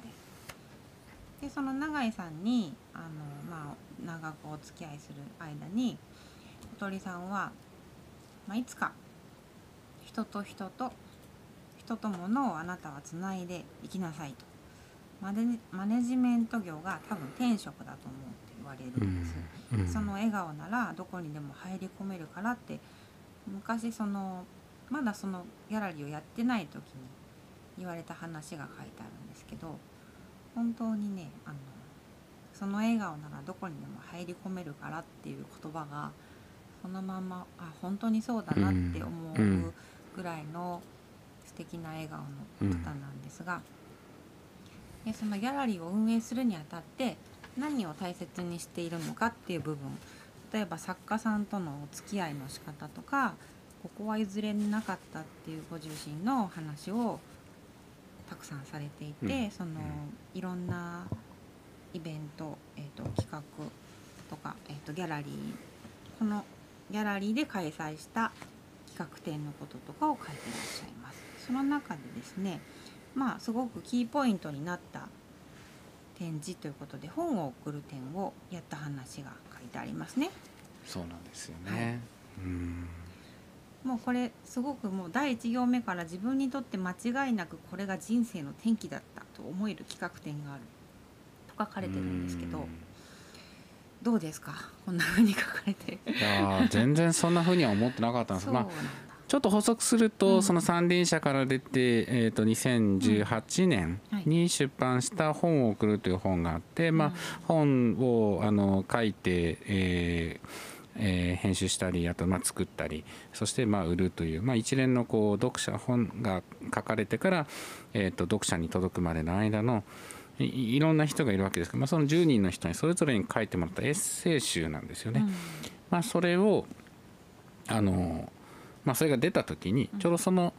でその永井さんにあの、まあ、長くお付き合いする間に小鳥さんは、まあ、いつか人と人と人と物をあなたはつないでいきなさいと、マネ、マネジメント業が多分天職だと思うって言われるんです、うんうん、その笑顔ならどこにでも入り込めるからって、昔そのまだそのギャラリーをやってない時に言われた話が書いてあるんですけど、本当にね、あのその笑顔ならどこにでも入り込めるからっていう言葉がそのまま、あ、本当にそうだなって思うぐらいの素敵な笑顔の方なんですが、でそのギャラリーを運営するにあたって何を大切にしているのかっていう部分、例えば作家さんとのお付き合いの仕方とか、ここは譲れなかったっていうご自身の話をたくさんされていて、うん、そのいろんなイベント、えーと、企画とか、えーと、ギャラリー、このギャラリーで開催した企画展のこととかを書いてらっしゃいます。その中でですね、まあすごくキーポイントになった展示ということで、本を送る展をやった話が書いてありますね。 そうなんですよね、 はい、 うん、 もうこれすごくもう第一行目から自分にとって間違いなくこれが人生の転機だったと思える企画展があると書かれてるんですけど、どうですか、こんな風に書かれて。いや全然そんな風には思ってなかったんです。まあちょっと補足すると、うん、その三輪社から出て、えー、とにせんじゅうはちねんに出版した本を送るという本があって、うん、まあ、本をあの書いて、えーえー、編集したり、あとまあ作ったり、そしてまあ売るという、まあ、一連のこう読者本が書かれてから、えー、と読者に届くまでの間の い, いろんな人がいるわけですけど、まあ、そのじゅうにんの人にそれぞれに書いてもらったエッセイ集なんですよね。うん、まあ、それをあのまあ、それが出た時にちょうどその、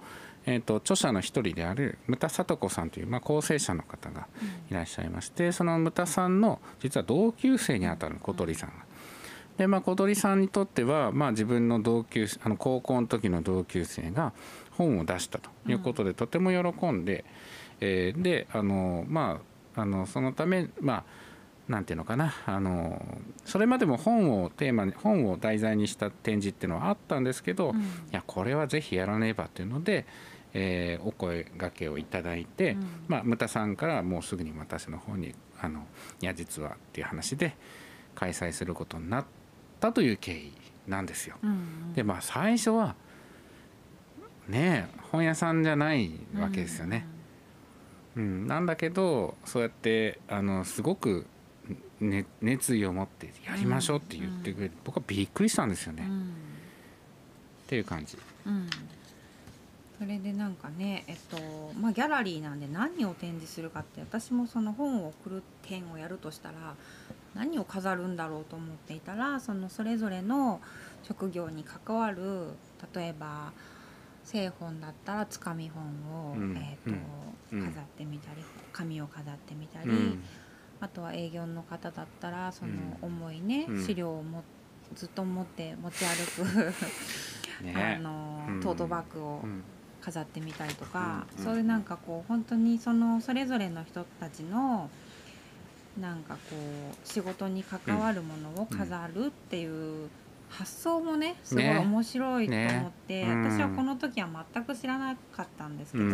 えー、と著者の一人である牟田聡子さんという、まあ、構成者の方がいらっしゃいまして、その牟田さんの実は同級生にあたる小鳥さんが。でまあ、小鳥さんにとっては、まあ、自分の同級あの高校の時の同級生が本を出したということで、とても喜んで、えー、であの、まあ、あのそのため、まあ、なんていうのかな、あのそれまでも本をテーマに本を題材にした展示っていうのはあったんですけど、うん、いやこれはぜひやらねばというので、えー、お声がけをいただいて、うん、まあ、牟田さんからもうすぐに私の方にあのいや実はっていう話で開催することになったという経緯なんですよ。うんうん、でまあ最初はね本屋さんじゃないわけですよね。うんうんうん、なんだけどそうやってあのすごくね、熱意を持ってやりましょうって言ってくれて、うん、僕はびっくりしたんですよね、うん、っていう感じ、 うん、それでなんかね、えっとまあ、ギャラリーなんで何を展示するかって、私もその本を送る展をやるとしたら何を飾るんだろうと思っていたら、そのそれぞれの職業に関わる、例えば製本だったらつかみ本を、うん、えーとうん、飾ってみたり、紙を飾ってみたり、うん、あとは営業の方だったらその重いね、うん、資料をもずっと持って持ち歩くね、あのトートバッグを飾ってみたりとか、うん、そういうなんかこう本当にそのそれぞれの人たちのなんかこう仕事に関わるものを飾るっていう発想もねすごい面白いと思って、ねね、私はこの時は全く知らなかったんですけど、うん、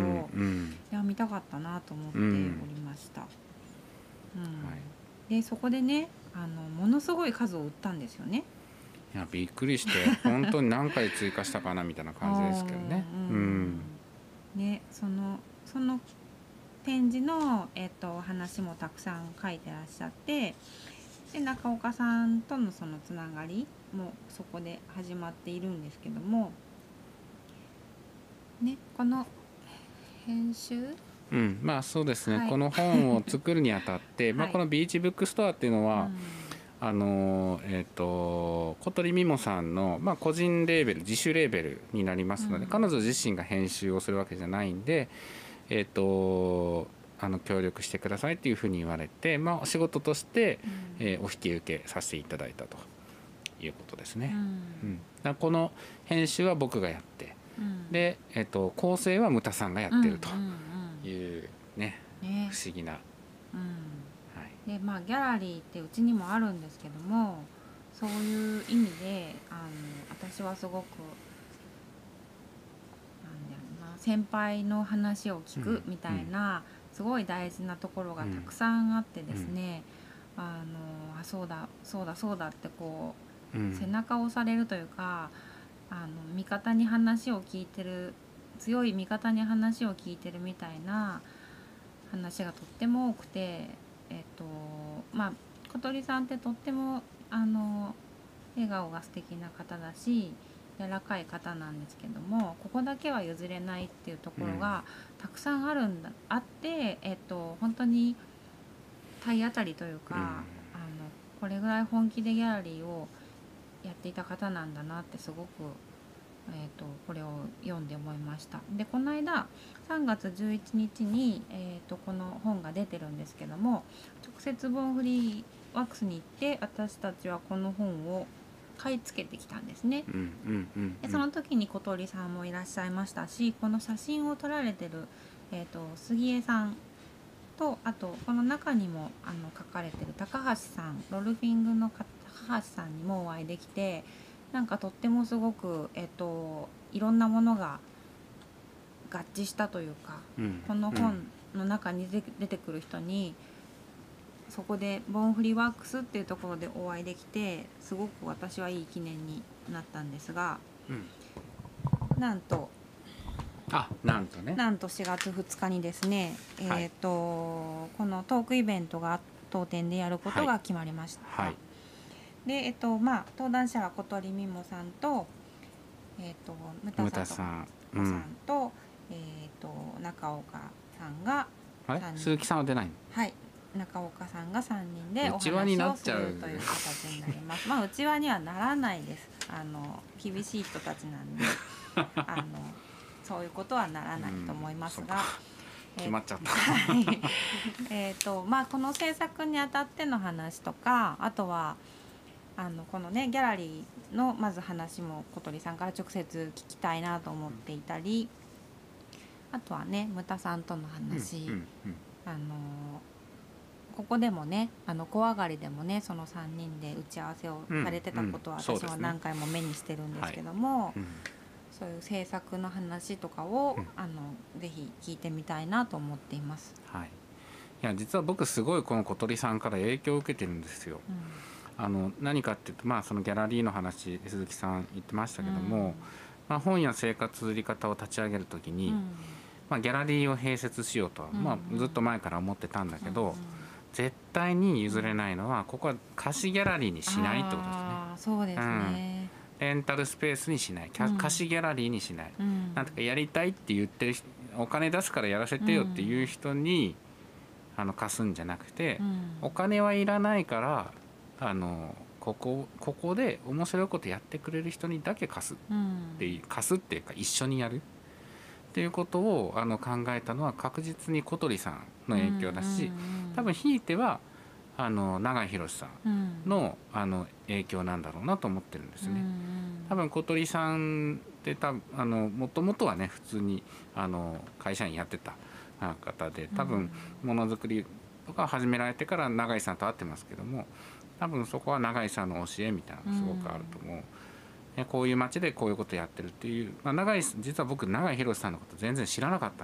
いや見たかったなと思っておりました。うんはい、でそこでねあのものすごい数を売ったんですよね。 いやびっくりして本当に何回追加したかなみたいな感じですけどね。うんうんねそのその展示の、えっと、話もたくさん書いてらっしゃって、で中岡さんとのそのつながりもそこで始まっているんですけども、ね、この編集うん、まあそうですね、はい、この本を作るにあたって、はいまあ、このビーチブックストアっていうのは、うん、あのえっ、ー、と小鳥みもさんの、まあ、個人レーベル自主レーベルになりますので、うん、彼女自身が編集をするわけじゃないんで、えっ、ー、とあの協力してくださいっていうふうに言われて、まあ、仕事として、うんえー、お引き受けさせていただいたということですね。うんうん、だこの編集は僕がやって、うん、で、えー、と構成は牟田さんがやってると。うんうんうんいうね、ね不思議な、 うんはいでまあ、ギャラリーってうちにもあるんですけども、そういう意味であの私はすごくなんだろうな、先輩の話を聞くみたいな、うん、すごい大事なところがたくさんあってですね、うん、あのあそうだそうだそうだってこう、うん、背中を押されるというか、あの味方に話を聞いてる強い味方に話を聞いてるみたいな話がとっても多くて、えっとまあ小鳥さんってとってもあの笑顔が素敵な方だし柔らかい方なんですけども、ここだけは譲れないっていうところがたくさんあるんだ、うん、あって、えっと本当に体当たりというか、うん、あのこれぐらい本気でギャラリーをやっていた方なんだなってすごくえー、とこれを読んで思いました。でこの間さんがつじゅういちにちに、えー、とこの本が出てるんですけども、直接ボンフリーワックスに行って私たちはこの本を買い付けてきたんですね。うんうんうんうん、でその時に小鳥さんもいらっしゃいましたし、この写真を撮られてる、えー、と杉江さんと、あとこの中にもあの書かれてる高橋さん、ロルフィングの高橋さんにもお会いできて、なんかとってもすごく、えっと、いろんなものが合致したというか、うん、この本の中に出てくる人に、うん、そこでボンフリーワックスっていうところでお会いできて、すごく私はいい記念になったんですが、うん、なんとあなんとねなんとしがつふつかにですね、はい、えーとこのトークイベントが当店でやることが決まりました。はいはいでえっとまあ、登壇者は小鳥みもさんと、えっと、牟田さんと、うん、えっと、中岡さんがあれ鈴木さんは出ないの？ はい、中岡さんがさんにんでお話をするという形になります。まあ内輪にはならないです。あの厳しい人たちなんであのそういうことはならないと思いますが、 決まっちゃった。 えっとまあこの制作にあたっての話とか、あとはあのこのねギャラリーのまず話も小鳥さんから直接聞きたいなと思っていたり、あとはね牟田さんとの話、うんうんうん、あのここでもねあの小上がりでもねそのさんにんで打ち合わせをされてたことは私は何回も目にしてるんですけども、うんうん、そういう制作の話とかを、うん、あのぜひ聞いてみたいなと思っています。 はい、いや実は僕すごいこの小鳥さんから影響を受けてるんですよ。うん、あの何かっていうと、まあ、そのギャラリーの話鈴木さん言ってましたけども、うん、まあ、本や生活売り方を立ち上げるときに、うん、まあ、ギャラリーを併設しようとは、うん、まあ、ずっと前から思ってたんだけど、うん、絶対に譲れないのはここは貸しギャラリーにしないってことですね。 あ、そうですね、 うん、レンタルスペースにしない、貸しギャラリーにしない、うん、なんとかやりたいって言ってるお金出すからやらせてよっていう人に、うん、あの貸すんじゃなくて、うん、お金はいらないからあのここ、ここで面白いことやってくれる人にだけ貸すっていう、うん、貸すっていうか一緒にやるっていうことをあの考えたのは確実に小鳥さんの影響だし、多分ひいてはあの永井博さんの、うん、あの影響なんだろうなと思ってるんですね。多分小鳥さんってたあのもともとはね普通にあの会社員やってた方で、多分ものづくりとか始められてから永井さんと会ってますけども、多分そこは永井さんの教えみたいなのがすごくあると思う。うん、こういう街でこういうことやってるっていう、まあ、永井実は僕永井博さんのこと全然知らなかった。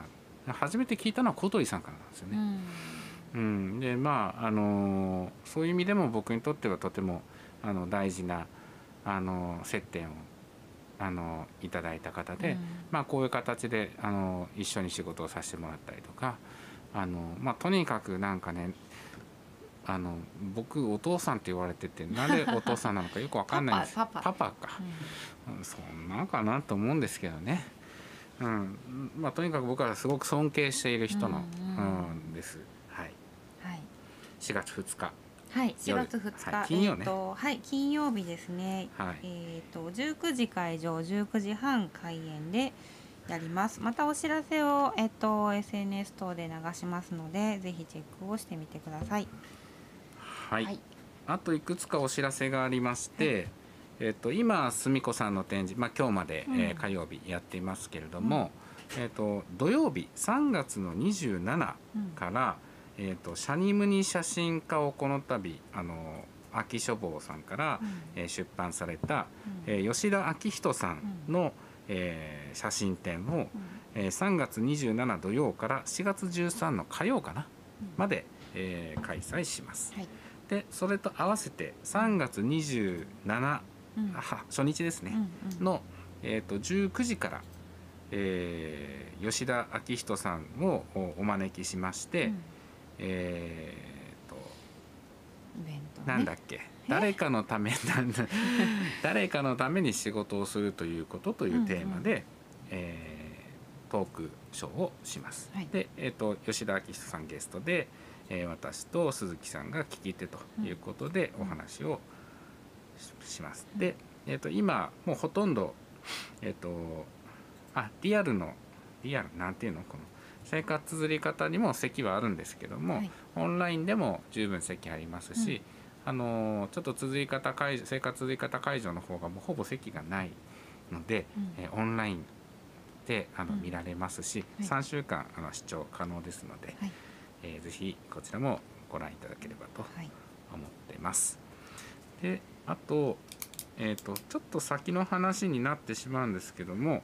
初めて聞いたのは小鳥さんからなんですよね。うんうん、でまああのそういう意味でも僕にとってはとてもあの大事なあの接点をあのいただいた方で、うん、まあ、こういう形であの一緒に仕事をさせてもらったりとか、あの、まあ、とにかくなんかね、あの僕お父さんって言われててなんでお父さんなのかよく分かんないんですパパ、 パパか、うん、そんなかなと思うんですけどね、うん、まあ、とにかく僕はすごく尊敬している人の、うんうんうん、です。はい、しがつふつか、 はい、しがつふつか、 はい、金曜ね、 えーとはい、金曜日ですね、はい、えーとじゅうくじ会場じゅうくじはん開演でやります。またお知らせを、えーと エスエヌエス 等で流しますのでぜひチェックをしてみてください。 はい、はい、あといくつかお知らせがありまして、はい、えーと今すみこさんの展示、まあ、今日まで、うん、えー、火曜日やっていますけれども、うん、えーと土曜日さんがつのにじゅうしちから、うん、えーとシャニムニ写真家をこの度あの秋書房さんから、うん、えー、出版された、うん、えー、吉田昭人さんの、うん、えー、写真展を、うん、えー、さんがつにじゅうしち土曜からしがつじゅうさんの火曜かな、うん、まで、えー、開催します。はい、でそれと合わせてさんがつにじゅうしち、うん、初日ですね、うんうん、の、えーとじゅうくじから、えー、吉田昭人さんをお招きしまして、うん、えーとイベントね、 なんだっけ、誰かのため誰かのために仕事をするということというテーマで、うんうん、えー、トークショーをします。はい、で、えーと吉田昭人さんゲストで、えー、私と鈴木さんが聞き手ということでお話を し, します。で、えー、と今もうほとんど、えー、とあリアルのリアルなんていうのこの生活綴り方にも席はあるんですけども、はい、オンラインでも十分席ありますし、うん、あのちょっと綴り方会生活綴り方会場の方がもうほぼ席がないので、うん、えー、オンラインであの、うん、見られますし、はい、さんしゅうかんあの視聴可能ですので、はい、えー、ぜひこちらもご覧いただければと思っています。はい、であと、えーと、ちょっと先の話になってしまうんですけども、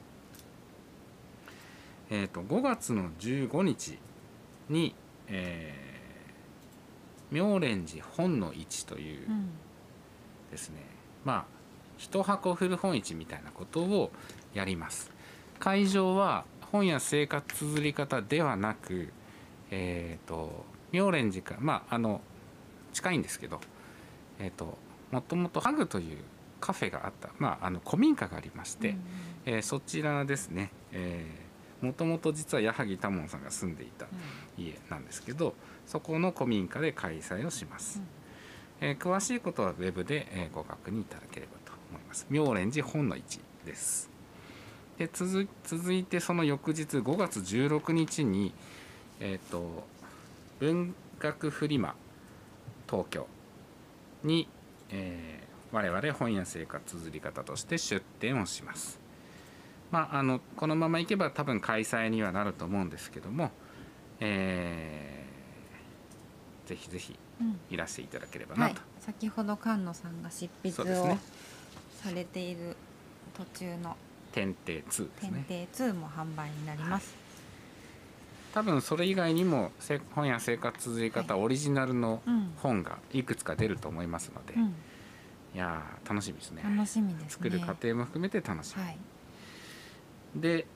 えーと、ごがつのじゅうごにちに、えー、妙蓮寺本の市というですね、うん、まあ一箱古本市みたいなことをやります。会場は本や生活綴り方ではなく、えーと妙蓮寺から、まああの近いんですけど、えーともともとハグというカフェがあった、まあ、あの古民家がありまして、うん、えー、そちらですね、えーもともと実は矢作多聞さんが住んでいた家なんですけど、そこの古民家で開催をします。うん、えー、詳しいことはウェブで、えー、ご確認いただければと思います。妙蓮寺本の市です。 で 続, 続いてその翌日ごがつじゅうろくにちに、えー、と文学フリマ東京に、えー、我々本屋生活綴り方として出展をします。まあ、あのこのままいけば多分開催にはなると思うんですけども、えー、ぜひぜひいらしていただければなと、うん、はい、 先ほど菅野さんが執筆をされている途中の天帝ツーですね。 天帝ツーも販売になります、 はい、多分それ以外にも本屋生活綴り方オリジナルの本がいくつか出ると思いますので、うん、いや楽しみですね。 楽しみですね。 作る過程も含めて楽しみ、はい、で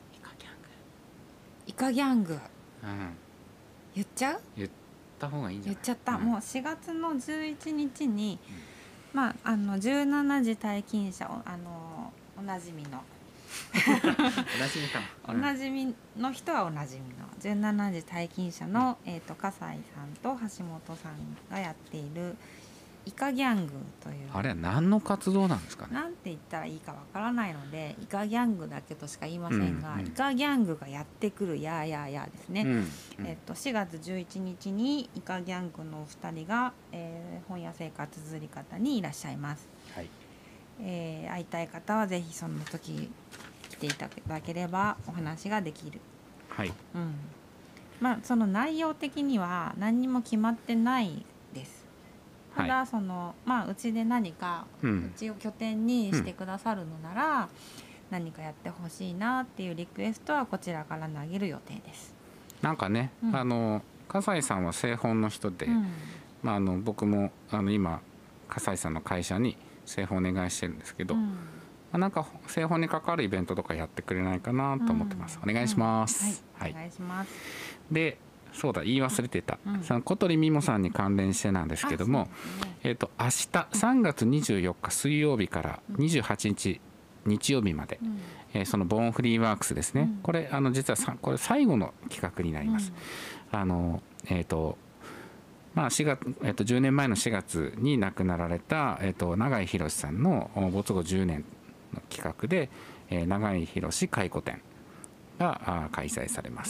イカギャング、うん、言っちゃう？ 言った方がいいんじゃない？ 言っちゃった、 うん、 もうしがつのじゅういちにちに、うん、まああのじゅうしちじ退勤者あのおなじみのおなじみかおなじみの人はおなじみのじゅうしちじ退勤者の、うん、えーと笠井さんと橋本さんがやっているイカギャングという、 あれは何の活動なんですかね。 なんて言ったらいいかわからないのでイカギャングだけとしか言いませんが、うんうん、イカギャングがやってくるやーやーやーですね、うんうん、えー、としがつじゅういちにちにイカギャングのお二人が、えー、本屋生活綴り方にいらっしゃいます、はい、えー、会いたい方はぜひその時来ていただければお話ができる、 はい、 うん、まあその内容的には何にも決まってないです。ただその、まあ、うちで何か、うん、うちを拠点にしてくださるのなら、うん、何かやってほしいなっていうリクエストはこちらから投げる予定です。 なんかね、うん、あの笠井さんは製本の人で、うん、まあ、あの僕もあの今笠井さんの会社に製本お願いしてるんですけど、うん、まあ、なんか製本に関わるイベントとかやってくれないかなと思ってます、うん、お願いします、 うん、はい、はい、お願いします。 でそうだ言い忘れてた、うん、その小鳥みもさんに関連してなんですけども、ね、えー、と明日さんがつにじゅうよっか水曜日からにじゅうはちにち日曜日まで、うん、えー、そのボーンフリーワークスですね、うん、これあの実はさこれ最後の企画になります、うん、あのえっ、ー、とまあしがつ、えー、とじゅうねんまえのしがつに亡くなられた、えー、と永井博さんの没後じゅうねんの企画で、えー、永井博回顧展が開催されます。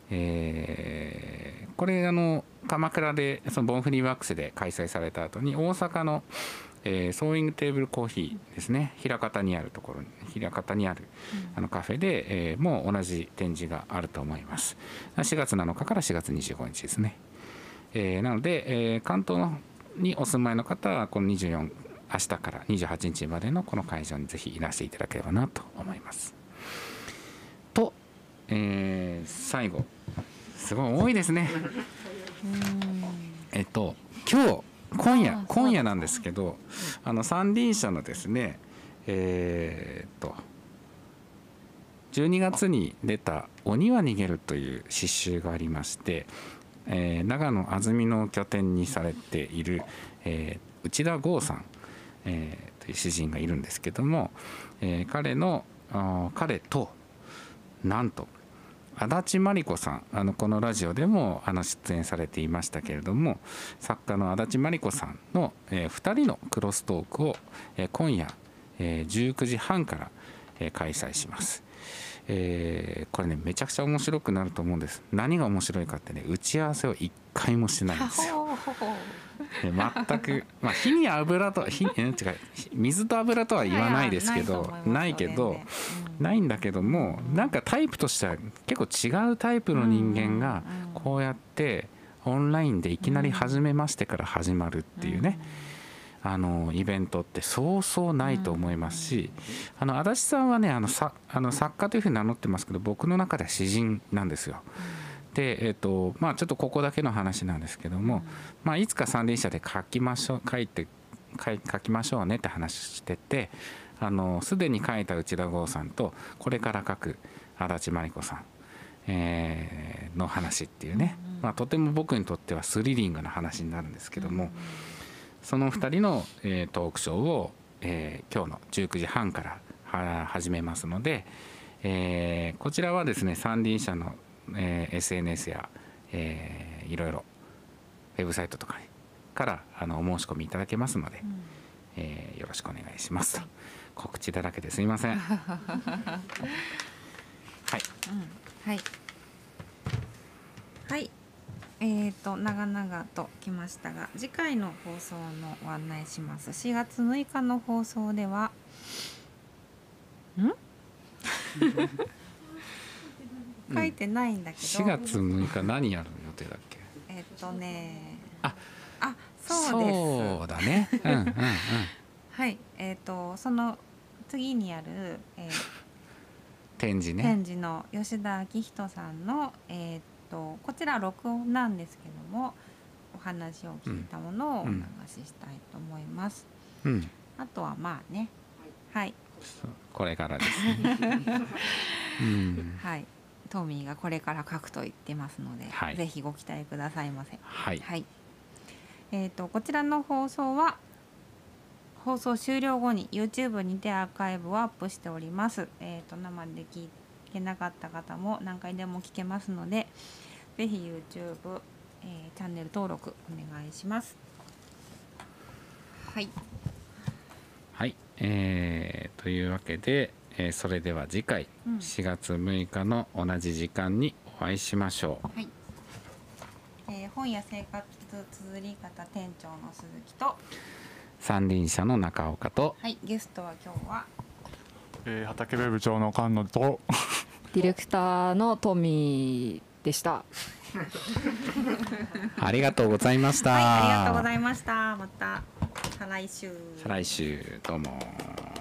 えー、これあの鎌倉でそのボンフリーワークスで開催された後に大阪の、えー、ソーイングテーブルコーヒーですね、枚方にあるところ枚方にあるあのカフェで、えー、もう同じ展示があると思います。しがつなのかからしがつにじゅうごにちですね、えー、なので、えー、関東にお住まいの方はこのにじゅうよっか明日からにじゅうはちにちまでのこの会場にぜひいらしていただければなと思いますと、えー、最後すごい多いですね。えっと今日今夜今夜なんですけど、あの三輪車のですね、えー、っとじゅうにがつに出た「鬼は逃げる」という詩集がありまして、えー、長野安曇野を拠点にされている、えー、内田剛さん、えー、という詩人がいるんですけども、えー、彼のあ彼となんと足立真理子さん、あのこのラジオでもあの出演されていましたけれども、作家の足立真理子さんの、えー、ふたりのクロストークを、えー、今夜、えー、じゅうくじはんから、えー、開催します。えー、これねめちゃくちゃ面白くなると思うんです。何が面白いかってね、打ち合わせを一回もしてないんですよ。全く、まあ、火に油と火、え違う水と油とは言わないですけど、ないけど、うん、ないんだけども、なんかタイプとしては結構違うタイプの人間がこうやってオンラインでいきなり始めましてから始まるっていうね、あのイベントってそうそうないと思いますし、あの足立さんはねあのさあの作家というふうに名乗ってますけど、僕の中では詩人なんですよ。でえーとまあ、ちょっとここだけの話なんですけども、まあ、いつか三輪車で書きましょう書いて書い書きましょうねって話してて、あのすでに書いた内田剛さんとこれから書く足立真理子さん、えー、の話っていうね、まあ、とても僕にとってはスリリングな話になるんですけども、そのふたりの、えー、トークショーを、えー、今日のじゅうくじはんからは始めますので、えー、こちらはですね三輪車のえー、エスエヌエス や、えー、いろいろウェブサイトとかからあのお申し込みいただけますので、うんえー、よろしくお願いします。告知だらけですいません。はい、 うん、はいはいえーと長々ときましたが、次回の放送のご案内します。しがつむいかの放送ではん書いてないんだけど、 しがつむいか何やる予定だっけ？ えっとねああそうです。 そうだね。うんうんうん。 はいえっとその次にある、えー、 展示ね。 展示の吉田明人さんの、えー、っとこちら録音なんですけども、お話を聞いたものをお流ししたいと思います。 うん、 あとはまあね、はい、 これからですね。うん、 はい、トミーがこれから書くと言ってますので、はい、ぜひご期待くださいませ。 はい。 はい、えー、っとこちらの放送は放送終了後に YouTube にてアーカイブをアップしております。えー、と生で聞けなかった方も何回でも聞けますので、ぜひ YouTube、えー、チャンネル登録お願いします。はい。 はい、えー、というわけで、えー、それでは次回、うん、しがつむいかの同じ時間にお会いしましょう。 はい。えー、本屋生活綴り方店長の鈴木と三輪車の中岡と、 はい、ゲストは今日は、 えー、畑部部長の菅野とディレクターのトミーでした。 ありがとうございました。 はい、ありがとうございました。また再来週。 再来週どうも。